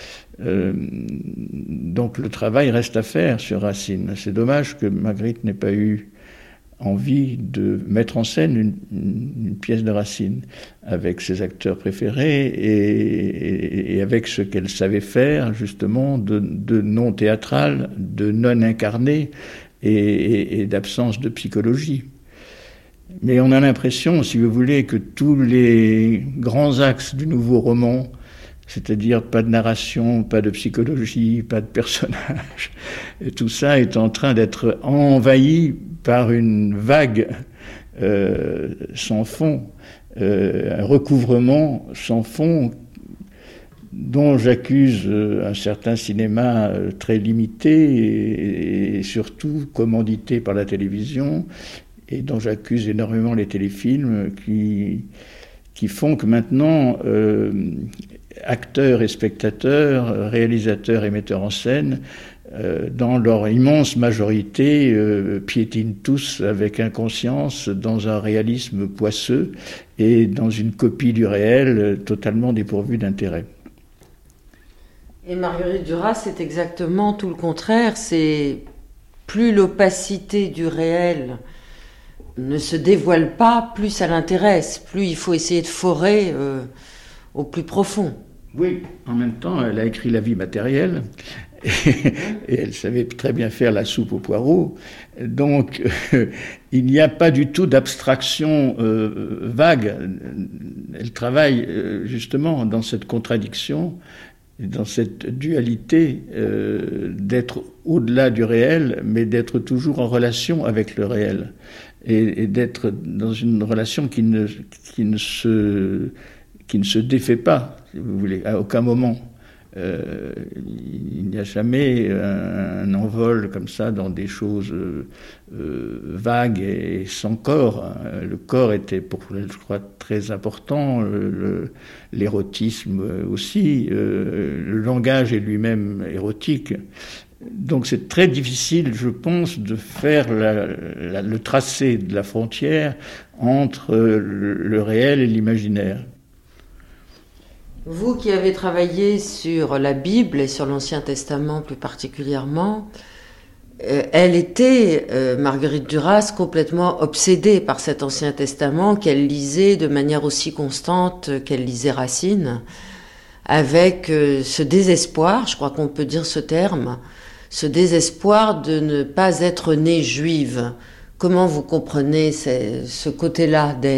[SPEAKER 3] Donc le travail reste à faire sur Racine. C'est dommage que Marguerite n'ait pas eu envie de mettre en scène une pièce de Racine avec ses acteurs préférés et avec ce qu'elle savait faire justement de non théâtral, de non incarné et d'absence de psychologie. Mais on a l'impression, si vous voulez, que tous les grands axes du nouveau roman, c'est-à-dire pas de narration, pas de psychologie, pas de personnage, et tout ça est en train d'être envahi par une vague sans fond, un recouvrement sans fond dont j'accuse un certain cinéma très limité et surtout commandité par la télévision, et dont j'accuse énormément les téléfilms qui font que maintenant acteurs et spectateurs, réalisateurs et metteurs en scène, dans leur immense majorité, piétinent tous avec inconscience dans un réalisme poisseux et dans une copie du réel totalement dépourvue d'intérêt.
[SPEAKER 2] Et Marguerite Duras, c'est exactement tout le contraire. C'est plus l'opacité du réel ne se dévoile pas, plus ça l'intéresse, plus il faut essayer de forer au plus profond.
[SPEAKER 3] Oui, en même temps, elle a écrit La vie matérielle, et elle savait très bien faire la soupe aux poireaux. Donc, il n'y a pas du tout d'abstraction vague. Elle travaille justement dans cette contradiction, dans cette dualité d'être au-delà du réel, mais d'être toujours en relation avec le réel, et d'être dans une relation qui ne se défait pas, si vous voulez, à aucun moment. Il n'y a jamais un envol comme ça dans des choses vagues et sans corps. Le corps était pour elle, je crois, très important, l'érotisme aussi, le langage est lui-même érotique. Donc c'est très difficile, je pense, de faire le tracé de la frontière entre le réel et l'imaginaire.
[SPEAKER 2] Vous qui avez travaillé sur la Bible et sur l'Ancien Testament plus particulièrement, elle était, Marguerite Duras, complètement obsédée par cet Ancien Testament qu'elle lisait de manière aussi constante qu'elle lisait Racine, avec ce désespoir, je crois qu'on peut dire ce terme, ce désespoir de ne pas être née juive. Comment vous comprenez ce côté-là d'elle ?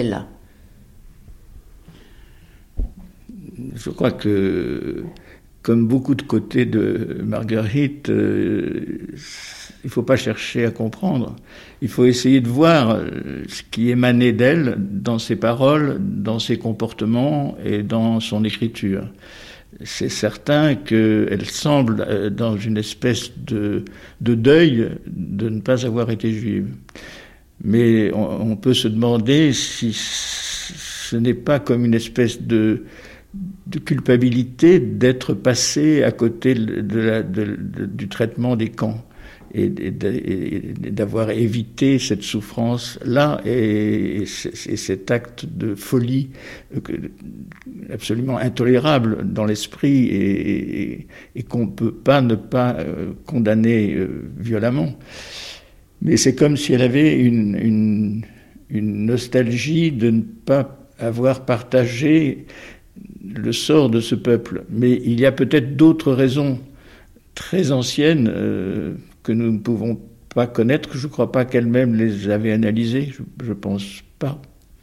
[SPEAKER 3] Je crois que, comme beaucoup de côtés de Marguerite, il ne faut pas chercher à comprendre. Il faut essayer de voir ce qui émanait d'elle dans ses paroles, dans ses comportements et dans son écriture. C'est certain qu'elle semble dans une espèce de deuil de ne pas avoir été juive. Mais on peut se demander si ce n'est pas comme une espèce de culpabilité d'être passé à côté du traitement des camps et d'avoir évité cette souffrance-là et cet acte de folie absolument intolérable dans l'esprit et qu'on ne peut pas ne pas condamner violemment. Mais c'est comme si elle avait une nostalgie de ne pas avoir partagé le sort de ce peuple. Mais il y a peut-être d'autres raisons très anciennes que nous ne pouvons pas connaître. Je ne crois pas qu'elle-même les avait analysées, je ne pense pas.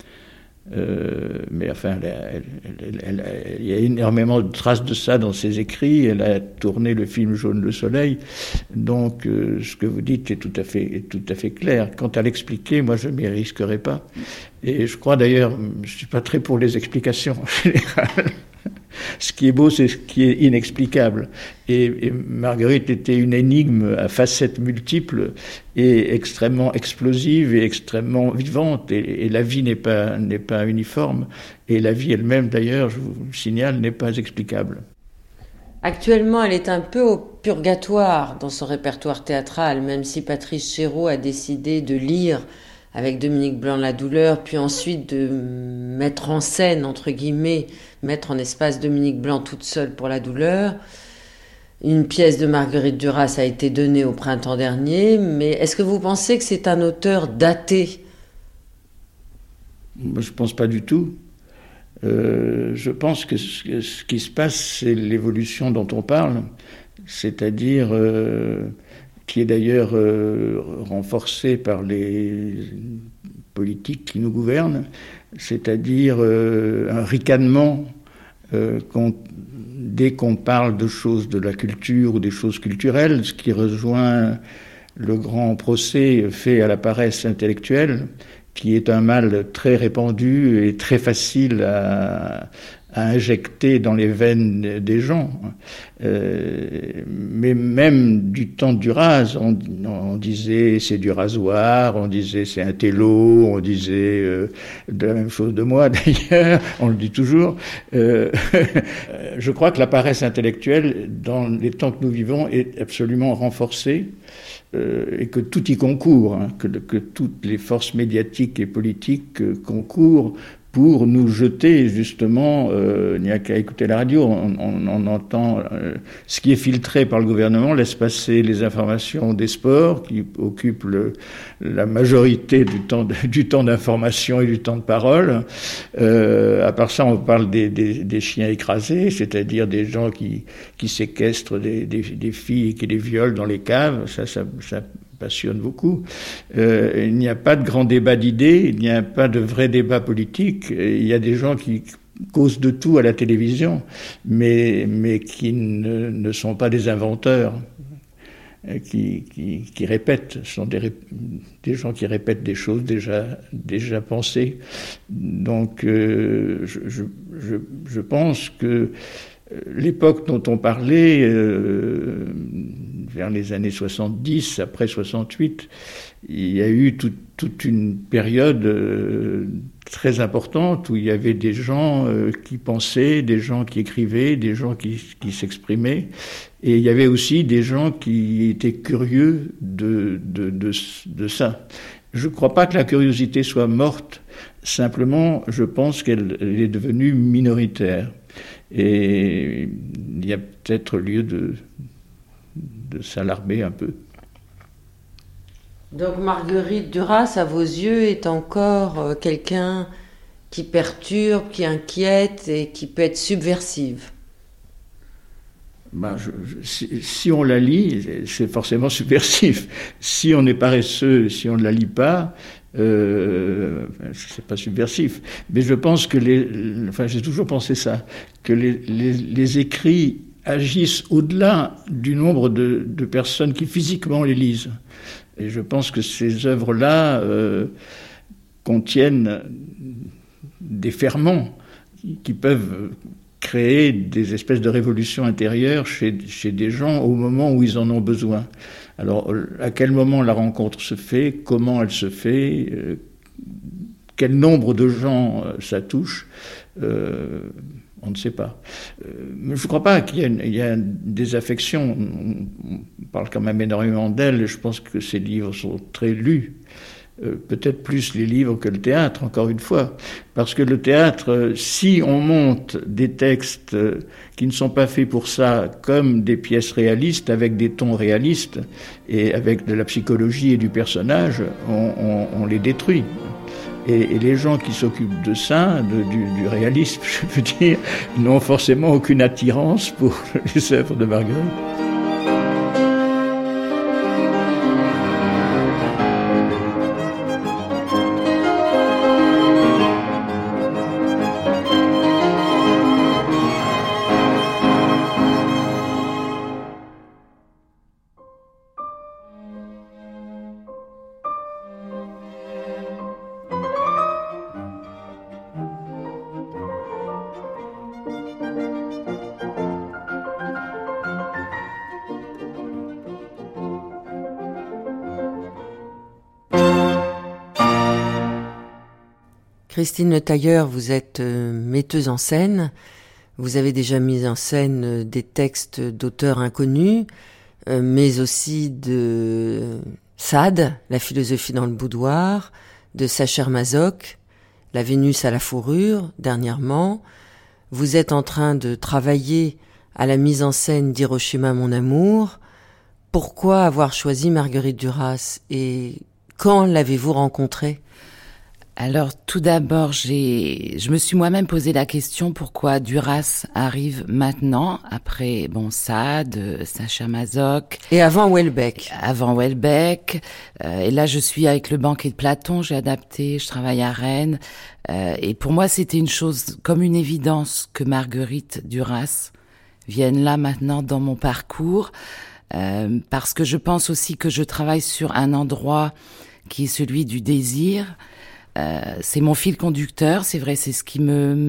[SPEAKER 3] Mais enfin, il y a énormément de traces de ça dans ses écrits. Elle a tourné le film Jaune le soleil. Donc, ce que vous dites est tout à fait clair. Quant à l'expliquer, moi, je ne m'y risquerai pas. Et je crois d'ailleurs, je ne suis pas très pour les explications en général. Ce qui est beau, c'est ce qui est inexplicable. Et Marguerite était une énigme à facettes multiples et extrêmement explosive et extrêmement vivante. Et la vie n'est pas uniforme. Et la vie elle-même, d'ailleurs, je vous le signale, n'est pas explicable.
[SPEAKER 2] Actuellement, elle est un peu au purgatoire dans son répertoire théâtral, même si Patrice Chéreau a décidé de lire avec Dominique Blanc La douleur, puis ensuite de mettre en scène, entre guillemets, mettre en espace Dominique Blanc toute seule pour La douleur. Une pièce de Marguerite Duras a été donnée au printemps dernier, mais est-ce que vous pensez que c'est un auteur daté ?
[SPEAKER 3] Moi, je ne pense pas du tout. Je pense que ce qui se passe, c'est l'évolution dont on parle, c'est-à-dire... qui est d'ailleurs renforcé par les politiques qui nous gouvernent, c'est-à-dire un ricanement dès qu'on parle de choses de la culture ou des choses culturelles, ce qui rejoint le grand procès fait à la paresse intellectuelle, qui est un mal très répandu et très facile à injecter dans les veines des gens. Mais même du temps de Duras, on disait c'est du rasoir, on disait c'est un télo, on disait de la même chose de moi d'ailleurs, on le dit toujours. Je crois que la paresse intellectuelle, dans les temps que nous vivons, est absolument renforcée. Et que tout y concourt, que toutes les forces médiatiques et politiques concourent pour nous jeter, justement, il n'y a qu'à écouter la radio, on entend ce qui est filtré par le gouvernement, laisse passer les informations des sports qui occupent la majorité du temps d'information et du temps de parole. À part ça, on parle des chiens écrasés, c'est-à-dire des gens qui séquestrent des filles et qui les violent dans les caves, ça passionne beaucoup. Il n'y a pas de grand débat d'idées, il n'y a pas de vrai débat politique. Il y a des gens qui causent de tout à la télévision, mais qui ne sont pas des inventeurs, qui répètent. Ce sont des gens qui répètent des choses déjà pensées. Donc, je pense que l'époque dont on parlait, vers les années 70, après 68, il y a eu toute une période très importante où il y avait des gens qui pensaient, des gens qui écrivaient, des gens qui s'exprimaient, et il y avait aussi des gens qui étaient curieux de ça. Je ne crois pas que la curiosité soit morte, simplement je pense qu'elle est devenue minoritaire. Et il y a peut-être lieu de s'alarmer un peu.
[SPEAKER 2] Donc Marguerite Duras, à vos yeux, est encore quelqu'un qui perturbe, qui inquiète et qui peut être subversive.
[SPEAKER 3] Si on la lit, c'est forcément subversif. Si on est paresseux, si on ne la lit pas, c'est pas subversif. Mais je pense que j'ai toujours pensé ça, que les écrits agissent au-delà du nombre de personnes qui physiquement les lisent. Et je pense que ces œuvres-là contiennent des ferments qui peuvent créer des espèces de révolutions intérieures chez des gens au moment où ils en ont besoin. Alors, à quel moment la rencontre se fait, comment elle se fait, quel nombre de gens ça touche, on ne sait pas. Mais je ne crois pas qu'il y a des affections. On parle quand même énormément d'elle, et je pense que ses livres sont très lus. Peut-être plus les livres que le théâtre, encore une fois. Parce que le théâtre, si on monte des textes qui ne sont pas faits pour ça, comme des pièces réalistes, avec des tons réalistes, et avec de la psychologie et du personnage, on les détruit. Et les gens qui s'occupent de ça, du réalisme, je veux dire, n'ont forcément aucune attirance pour les œuvres de Marguerite.
[SPEAKER 2] Christine Le Tailleur, vous êtes metteuse en scène. Vous avez déjà mis en scène des textes d'auteurs inconnus, mais aussi de Sade, La philosophie dans le boudoir, de Sacher Masoch, La Vénus à la fourrure, dernièrement. Vous êtes en train de travailler à la mise en scène d'Hiroshima, mon amour. Pourquoi avoir choisi Marguerite Duras et quand l'avez-vous rencontrée ?
[SPEAKER 5] Alors, tout d'abord, je me suis moi-même posé la question pourquoi Duras arrive maintenant, après, Sade, Sacher Masoch.
[SPEAKER 2] Et avant Houellebecq.
[SPEAKER 5] Avant Houellebecq. Et là, je suis avec le Banquet de Platon, j'ai adapté, je travaille à Rennes. Et pour moi, c'était une chose comme une évidence que Marguerite Duras vienne là maintenant dans mon parcours. Parce que je pense aussi que je travaille sur un endroit qui est celui du désir. C'est mon fil conducteur, c'est vrai, c'est ce qui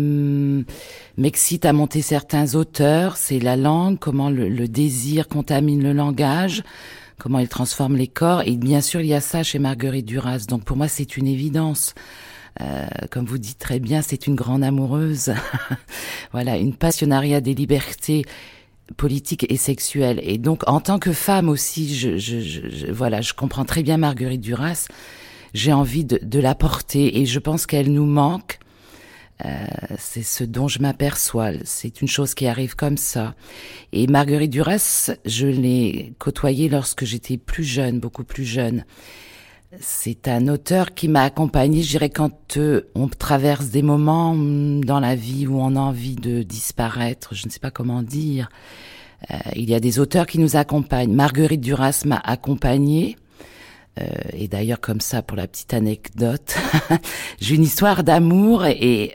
[SPEAKER 5] m'excite à monter certains auteurs, c'est la langue, comment le désir contamine le langage, comment il transforme les corps, et bien sûr il y a ça chez Marguerite Duras, donc pour moi c'est une évidence. Comme vous dites très bien, c'est une grande amoureuse, voilà, une passionnariat des libertés politiques et sexuelles, et donc en tant que femme aussi, je comprends très bien Marguerite Duras. J'ai envie de la porter et je pense qu'elle nous manque C'est ce dont je m'aperçois. C'est une chose qui arrive comme ça. Et Marguerite Duras, je l'ai côtoyée lorsque j'étais plus jeune, beaucoup plus jeune. C'est un auteur qui m'a accompagnée, je dirais, quand on traverse des moments dans la vie où on a envie de disparaître, je ne sais pas comment dire. Il y a des auteurs qui nous accompagnent. Marguerite Duras m'a accompagnée. Et d'ailleurs, comme ça, pour la petite anecdote, j'ai une histoire d'amour et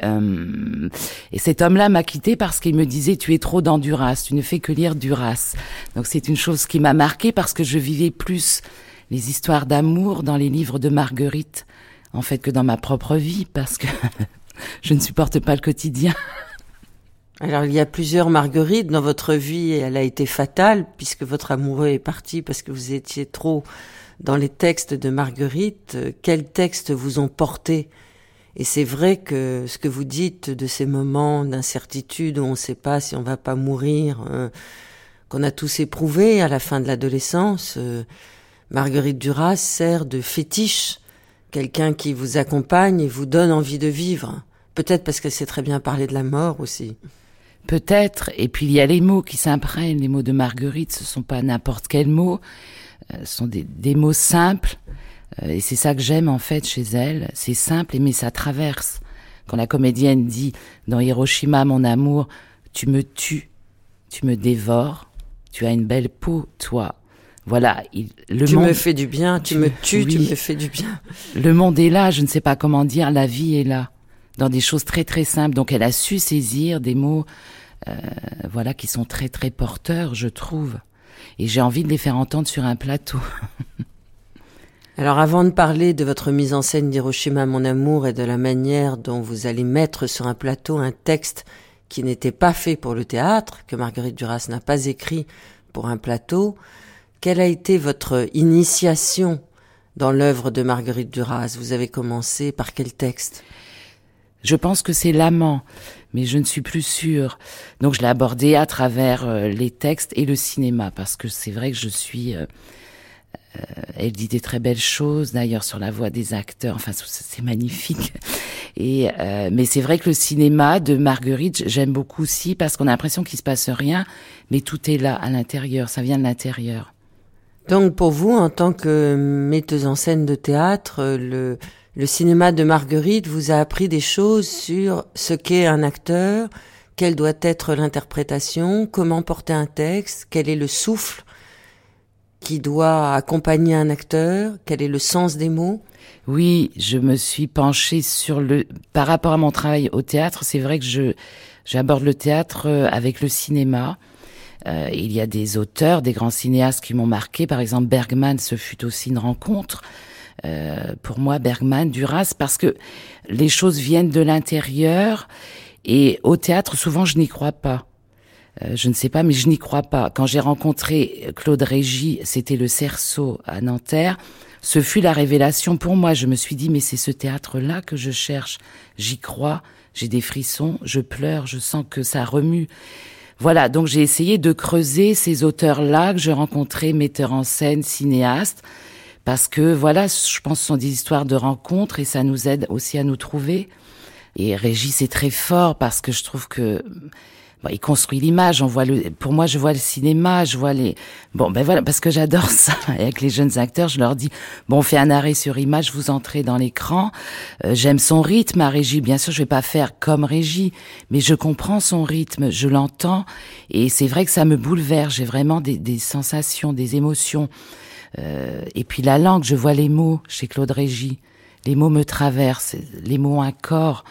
[SPEAKER 5] cet homme-là m'a quittée parce qu'il me disait « Tu es trop dans Duras, tu ne fais que lire Duras ». Donc c'est une chose qui m'a marquée parce que je vivais plus les histoires d'amour dans les livres de Marguerite, en fait, que dans ma propre vie, parce que je ne supporte pas le quotidien.
[SPEAKER 2] Alors, il y a plusieurs Marguerites dans votre vie, et elle a été fatale, puisque votre amoureux est parti parce que vous étiez trop dans les textes de Marguerite. Quels textes vous ont porté? Et c'est vrai que ce que vous dites de ces moments d'incertitude où on ne sait pas si on va pas mourir, qu'on a tous éprouvé à la fin de l'adolescence, Marguerite Duras sert de fétiche, quelqu'un qui vous accompagne et vous donne envie de vivre. Peut-être parce qu'elle sait très bien parler de la mort aussi.
[SPEAKER 5] Peut-être. Et puis il y a les mots qui s'imprègnent. Les mots de Marguerite, ce sont pas n'importe quels mots. Ce sont des mots simples. Et c'est ça que j'aime en fait chez elle. C'est simple, mais ça traverse. Quand la comédienne dit dans Hiroshima, mon amour, tu me tues, tu me dévores, tu as une belle peau, toi. Voilà,
[SPEAKER 2] tu me fais du bien, tu me tues, oui. Tu me fais du bien.
[SPEAKER 5] Le monde est là, je ne sais pas comment dire, la vie est là, dans des choses très très simples. Donc elle a su saisir des mots, voilà, qui sont très très porteurs, je trouve. Et j'ai envie de les faire entendre sur un plateau.
[SPEAKER 2] Alors avant de parler de votre mise en scène d'Hiroshima, mon amour, et de la manière dont vous allez mettre sur un plateau un texte qui n'était pas fait pour le théâtre, que Marguerite Duras n'a pas écrit pour un plateau, quelle a été votre initiation dans l'œuvre de Marguerite Duras? Vous avez commencé par quel texte?
[SPEAKER 5] Je pense que c'est L'Amant, mais je ne suis plus sûre. Donc je l'ai abordé à travers les textes et le cinéma, parce que c'est vrai que je suis... elle dit des très belles choses, d'ailleurs, sur la voix des acteurs. Enfin, c'est magnifique. Et mais c'est vrai que le cinéma de Marguerite, j'aime beaucoup aussi, parce qu'on a l'impression qu'il se passe rien, mais tout est là, à l'intérieur. Ça vient de l'intérieur.
[SPEAKER 2] Donc, pour vous, en tant que metteuse en scène de théâtre, le cinéma de Marguerite vous a appris des choses sur ce qu'est un acteur, quelle doit être l'interprétation, comment porter un texte, quel est le souffle qui doit accompagner un acteur, quel est le sens des mots?
[SPEAKER 5] Oui, je me suis penchée par rapport à mon travail au théâtre, c'est vrai que j'aborde le théâtre avec le cinéma. Il y a des auteurs, des grands cinéastes qui m'ont marqué. Par exemple, Bergman, ce fut aussi une rencontre. Pour moi, Bergman, Duras, parce que les choses viennent de l'intérieur. Et au théâtre, souvent, je n'y crois pas. Je ne sais pas, mais je n'y crois pas. Quand j'ai rencontré Claude Régis, c'était le Cerceau à Nanterre, ce fut la révélation pour moi. Je me suis dit, mais c'est ce théâtre-là que je cherche. J'y crois, j'ai des frissons, je pleure, je sens que ça remue. Voilà, donc j'ai essayé de creuser ces auteurs-là que je rencontrais, metteurs en scène, cinéastes, parce que voilà, je pense que ce sont des histoires de rencontres et ça nous aide aussi à nous trouver. Et Régis, c'est très fort parce que je trouve que il construit l'image. Pour moi, je vois le cinéma, je vois voilà, parce que j'adore ça. Et avec les jeunes acteurs, je leur dis, on fait un arrêt sur image, vous entrez dans l'écran. J'aime son rythme à Régis. Bien sûr, je vais pas faire comme Régis, mais je comprends son rythme, je l'entends. Et c'est vrai que ça me bouleverse. J'ai vraiment des sensations, des émotions. Et puis la langue, je vois les mots chez Claude Régis. Les mots me traversent, les mots ont un corps.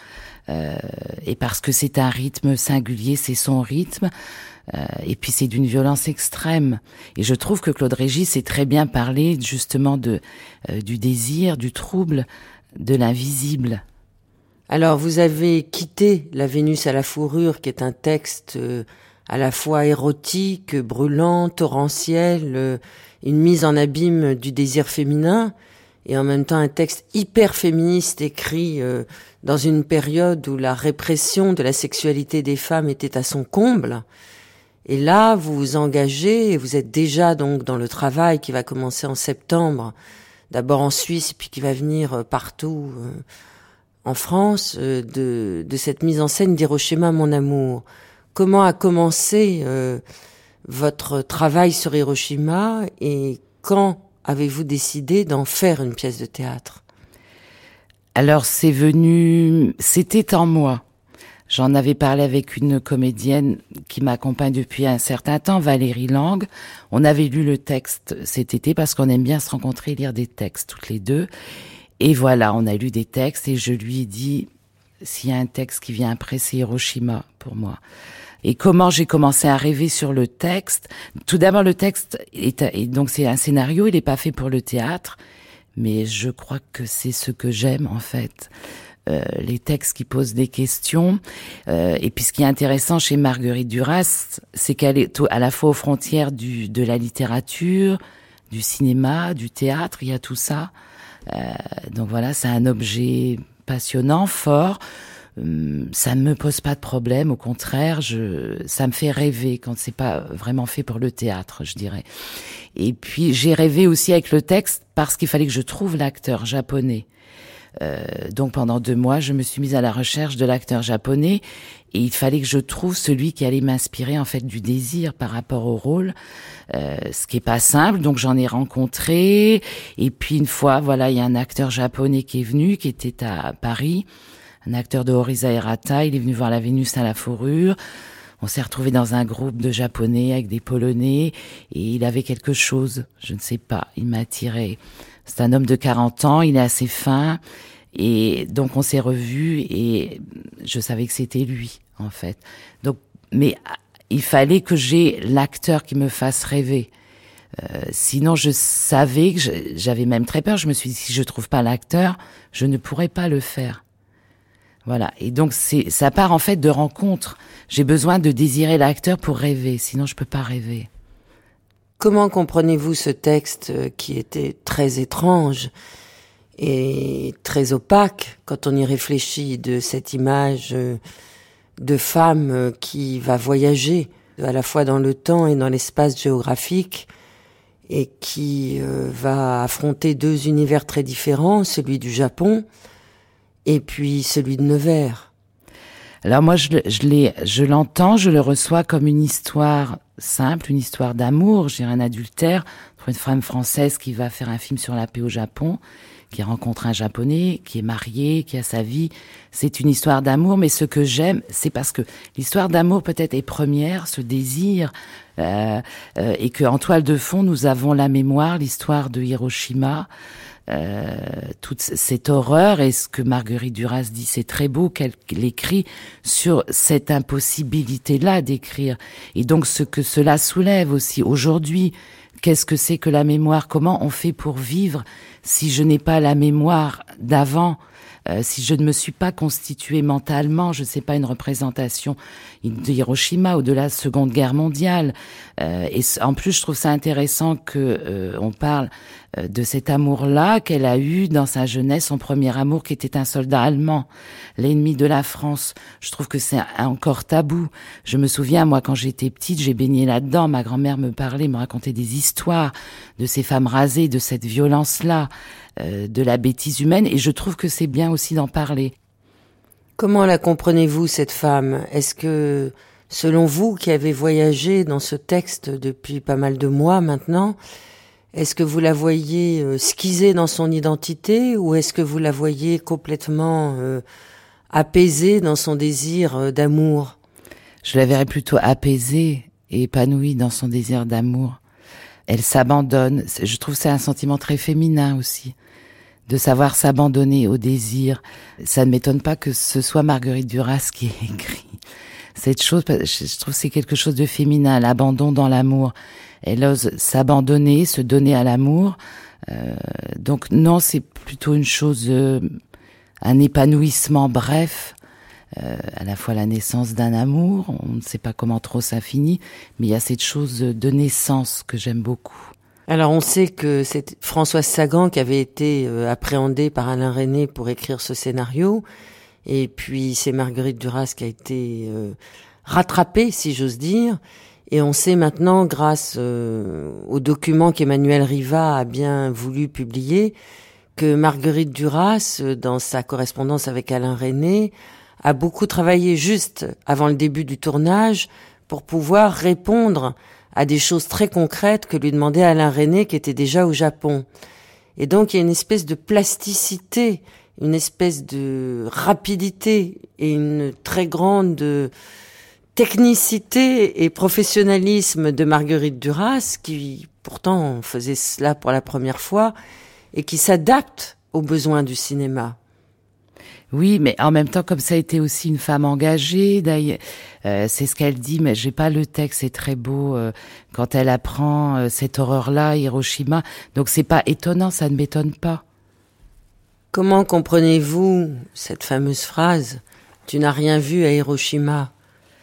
[SPEAKER 5] Et parce que c'est un rythme singulier, c'est son rythme, et puis c'est d'une violence extrême. Et je trouve que Claude Régis sait très bien parler justement du désir, du trouble, de l'invisible.
[SPEAKER 2] Alors vous avez quitté La Vénus à la fourrure, qui est un texte à la fois érotique, brûlant, torrentiel, une mise en abîme du désir féminin, et en même temps un texte hyper féministe écrit dans une période où la répression de la sexualité des femmes était à son comble. Et là, vous vous engagez et vous êtes déjà donc dans le travail qui va commencer en septembre, d'abord en Suisse, puis qui va venir partout en France de cette mise en scène d'Hiroshima, mon amour. Comment a commencé votre travail sur Hiroshima et quand avez-vous décidé d'en faire une pièce de théâtre ?
[SPEAKER 5] Alors c'était en moi. J'en avais parlé avec une comédienne qui m'accompagne depuis un certain temps, Valérie Lang. On avait lu le texte cet été parce qu'on aime bien se rencontrer et lire des textes toutes les deux. Et voilà, on a lu des textes et je lui ai dit, s'il y a un texte qui vient après, c'est Hiroshima pour moi. Et comment j'ai commencé à rêver sur le texte. Tout d'abord, le texte donc c'est un scénario, il n'est pas fait pour le théâtre, mais je crois que c'est ce que j'aime en fait. Les textes qui posent des questions. Et puis ce qui est intéressant chez Marguerite Duras, c'est qu'elle est à la fois aux frontières de la littérature, du cinéma, du théâtre, il y a tout ça. Donc voilà, c'est un objet passionnant, fort. Ça ne me pose pas de problème, au contraire, ça me fait rêver quand c'est pas vraiment fait pour le théâtre, je dirais. Et puis j'ai rêvé aussi avec le texte parce qu'il fallait que je trouve l'acteur japonais. Donc pendant 2 mois, je me suis mise à la recherche de l'acteur japonais et il fallait que je trouve celui qui allait m'inspirer en fait du désir par rapport au rôle, ce qui est pas simple. Donc j'en ai rencontré et puis une fois, voilà, il y a un acteur japonais qui est venu, qui était à Paris, un acteur de Horisa Hirata. Il est venu voir La Vénus à la fourrure. On s'est retrouvés dans un groupe de Japonais avec des Polonais et il avait quelque chose, je ne sais pas, il m'a attiré. C'est un homme de 40 ans, il est assez fin et donc on s'est revus et je savais que c'était lui en fait. Donc, mais il fallait que j'ai l'acteur qui me fasse rêver. Sinon je savais que j'avais même très peur. Je me suis dit si je trouve pas l'acteur, je ne pourrais pas le faire. Voilà. Et donc ça part en fait de rencontres. J'ai besoin de désirer l'acteur pour rêver, sinon je peux pas rêver.
[SPEAKER 2] Comment comprenez-vous ce texte qui était très étrange et très opaque quand on y réfléchit, de cette image de femme qui va voyager à la fois dans le temps et dans l'espace géographique et qui va affronter 2 univers très différents, celui du Japon et puis celui de Nevers.
[SPEAKER 5] Alors moi, je l'entends, je le reçois comme une histoire simple, une histoire d'amour, je dirais un adultère, pour une femme française qui va faire un film sur la paix au Japon, qui rencontre un Japonais, qui est marié, qui a sa vie. C'est une histoire d'amour, mais ce que j'aime, c'est parce que l'histoire d'amour peut-être est première, ce désir, et que en toile de fond, nous avons la mémoire, l'histoire de Hiroshima, toute cette horreur, et ce que Marguerite Duras dit, c'est très beau qu'elle écrit sur cette impossibilité-là d'écrire. Et donc ce que cela soulève aussi aujourd'hui, qu'est-ce que c'est que la mémoire? Comment on fait pour vivre si je n'ai pas la mémoire d'avant? Si je ne me suis pas constituée mentalement, je ne sais pas, une représentation de Hiroshima ou de la Seconde Guerre mondiale. Et en plus, je trouve ça intéressant que on parle de cet amour-là qu'elle a eu dans sa jeunesse, son premier amour qui était un soldat allemand, l'ennemi de la France. Je trouve que c'est encore tabou. Je me souviens, moi, quand j'étais petite, j'ai baigné là-dedans. Ma grand-mère me parlait, me racontait des histoires de ces femmes rasées, de cette violence-là, de la bêtise humaine. Et je trouve que c'est bien aussi d'en parler.
[SPEAKER 2] Comment la comprenez-vous, cette femme? Est-ce que, selon vous, qui avez voyagé dans ce texte depuis pas mal de mois maintenant, est-ce que vous la voyez schizer dans son identité ou est-ce que vous la voyez complètement apaisée dans son désir d'amour?
[SPEAKER 5] Je la verrais plutôt apaisée et épanouie dans son désir d'amour. Elle s'abandonne. Je trouve que c'est un sentiment très féminin aussi, de savoir s'abandonner au désir. Ça ne m'étonne pas que ce soit Marguerite Duras qui ait écrit cette chose. Je trouve que c'est quelque chose de féminin, l'abandon dans l'amour. Elle ose s'abandonner, se donner à l'amour. Donc non, c'est plutôt une chose, un épanouissement bref, à la fois la naissance d'un amour. On ne sait pas comment trop ça finit, mais il y a cette chose de naissance que j'aime beaucoup.
[SPEAKER 2] Alors on sait que c'est Françoise Sagan qui avait été appréhendée par Alain Resnais pour écrire ce scénario, et puis c'est Marguerite Duras qui a été rattrapée, si j'ose dire. Et on sait maintenant, grâce aux documents qu'Emmanuel Riva a bien voulu publier, que Marguerite Duras, dans sa correspondance avec Alain Resnais, a beaucoup travaillé juste avant le début du tournage pour pouvoir répondre à des choses très concrètes que lui demandait Alain Resnais, qui était déjà au Japon. Et donc il y a une espèce de plasticité, une espèce de rapidité et une très grande technicité et professionnalisme de Marguerite Duras, qui pourtant faisait cela pour la première fois, et qui s'adapte aux besoins du cinéma.
[SPEAKER 5] Oui, mais en même temps, comme ça a été aussi une femme engagée, d'ailleurs, c'est ce qu'elle dit, mais j'ai pas le texte, c'est très beau, quand elle apprend cette horreur-là, Hiroshima. Donc c'est pas étonnant, ça ne m'étonne pas.
[SPEAKER 2] Comment comprenez-vous cette fameuse phrase « Tu n'as rien vu à Hiroshima » ?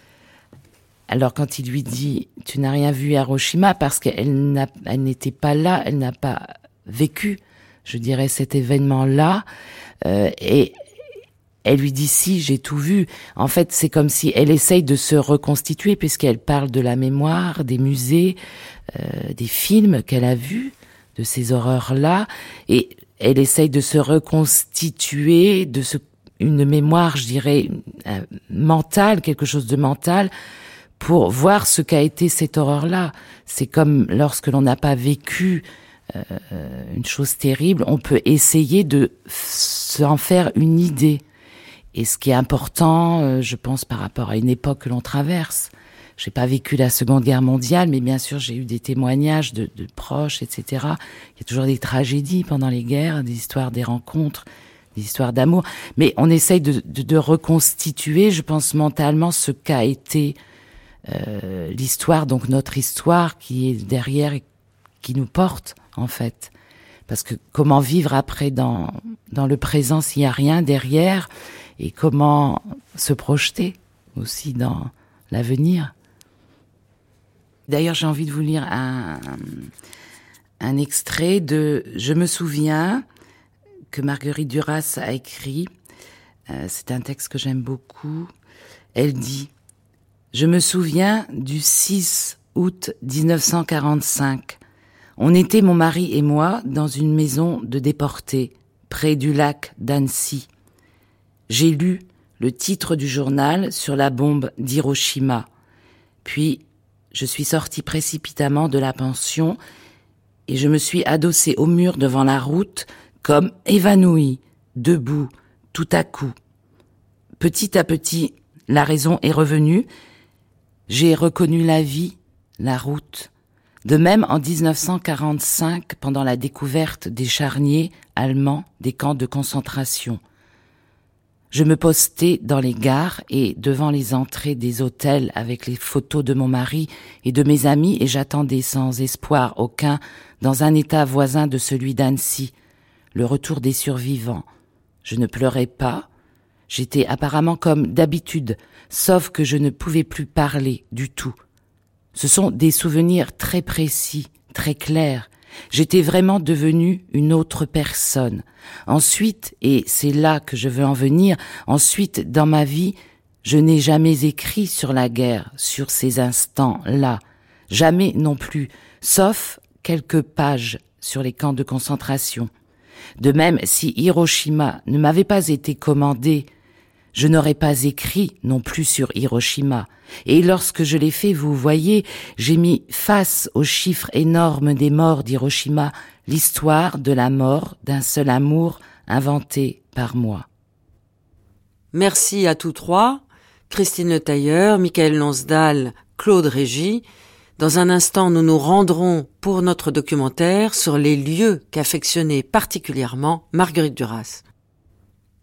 [SPEAKER 5] Alors quand il lui dit « Tu n'as rien vu à Hiroshima » parce qu'elle n'était pas là, elle n'a pas vécu, je dirais, cet événement-là, et elle lui dit « Si, j'ai tout vu ». En fait, c'est comme si elle essaye de se reconstituer puisqu'elle parle de la mémoire, des musées, des films qu'elle a vus, de ces horreurs-là, et elle essaye de se reconstituer, une mémoire, je dirais, mentale, quelque chose de mental, pour voir ce qu'a été cette horreur-là. C'est comme lorsque l'on n'a pas vécu une chose terrible, on peut essayer de s'en faire une idée. Et ce qui est important, je pense, par rapport à une époque que l'on traverse. J'ai pas vécu la Seconde Guerre mondiale, mais bien sûr, j'ai eu des témoignages de proches, etc. Il y a toujours des tragédies pendant les guerres, des histoires, des rencontres, des histoires d'amour. Mais on essaye de reconstituer, je pense, mentalement, ce qu'a été l'histoire, donc notre histoire qui est derrière et qui nous porte, en fait. Parce que comment vivre après dans le présent s'il n'y a rien derrière, et comment se projeter aussi dans l'avenir. D'ailleurs, j'ai envie de vous lire un extrait de « Je me souviens » que Marguerite Duras a écrit. C'est un texte que j'aime beaucoup. Elle dit « Je me souviens du 6 août 1945. On était, mon mari et moi, dans une maison de déportés, près du lac d'Annecy. J'ai lu le titre du journal sur la bombe d'Hiroshima. Puis, je suis sortie précipitamment de la pension et je me suis adossée au mur devant la route comme évanouie, debout, tout à coup. Petit à petit, la raison est revenue. J'ai reconnu la vie, la route. De même, en 1945, pendant la découverte des charniers allemands des camps de concentration. Je me postais dans les gares et devant les entrées des hôtels avec les photos de mon mari et de mes amis et j'attendais sans espoir aucun, dans un état voisin de celui d'Annecy, le retour des survivants. Je ne pleurais pas, j'étais apparemment comme d'habitude, sauf que je ne pouvais plus parler du tout. Ce sont des souvenirs très précis, très clairs. J'étais vraiment devenue une autre personne. Ensuite, et c'est là que je veux en venir, ensuite, dans ma vie, je n'ai jamais écrit sur la guerre, sur ces instants-là. Jamais non plus, sauf quelques pages sur les camps de concentration. De même, si Hiroshima ne m'avait pas été commandé, je n'aurais pas écrit non plus sur Hiroshima. Et lorsque je l'ai fait, vous voyez, j'ai mis face aux chiffres énormes des morts d'Hiroshima l'histoire de la mort d'un seul amour inventé par moi.
[SPEAKER 2] Merci à tous trois, Christine Le Tailleur, Michael Lonsdal, Claude Régis. Dans un instant, nous nous rendrons pour notre documentaire sur les lieux qu'affectionnait particulièrement Marguerite Duras.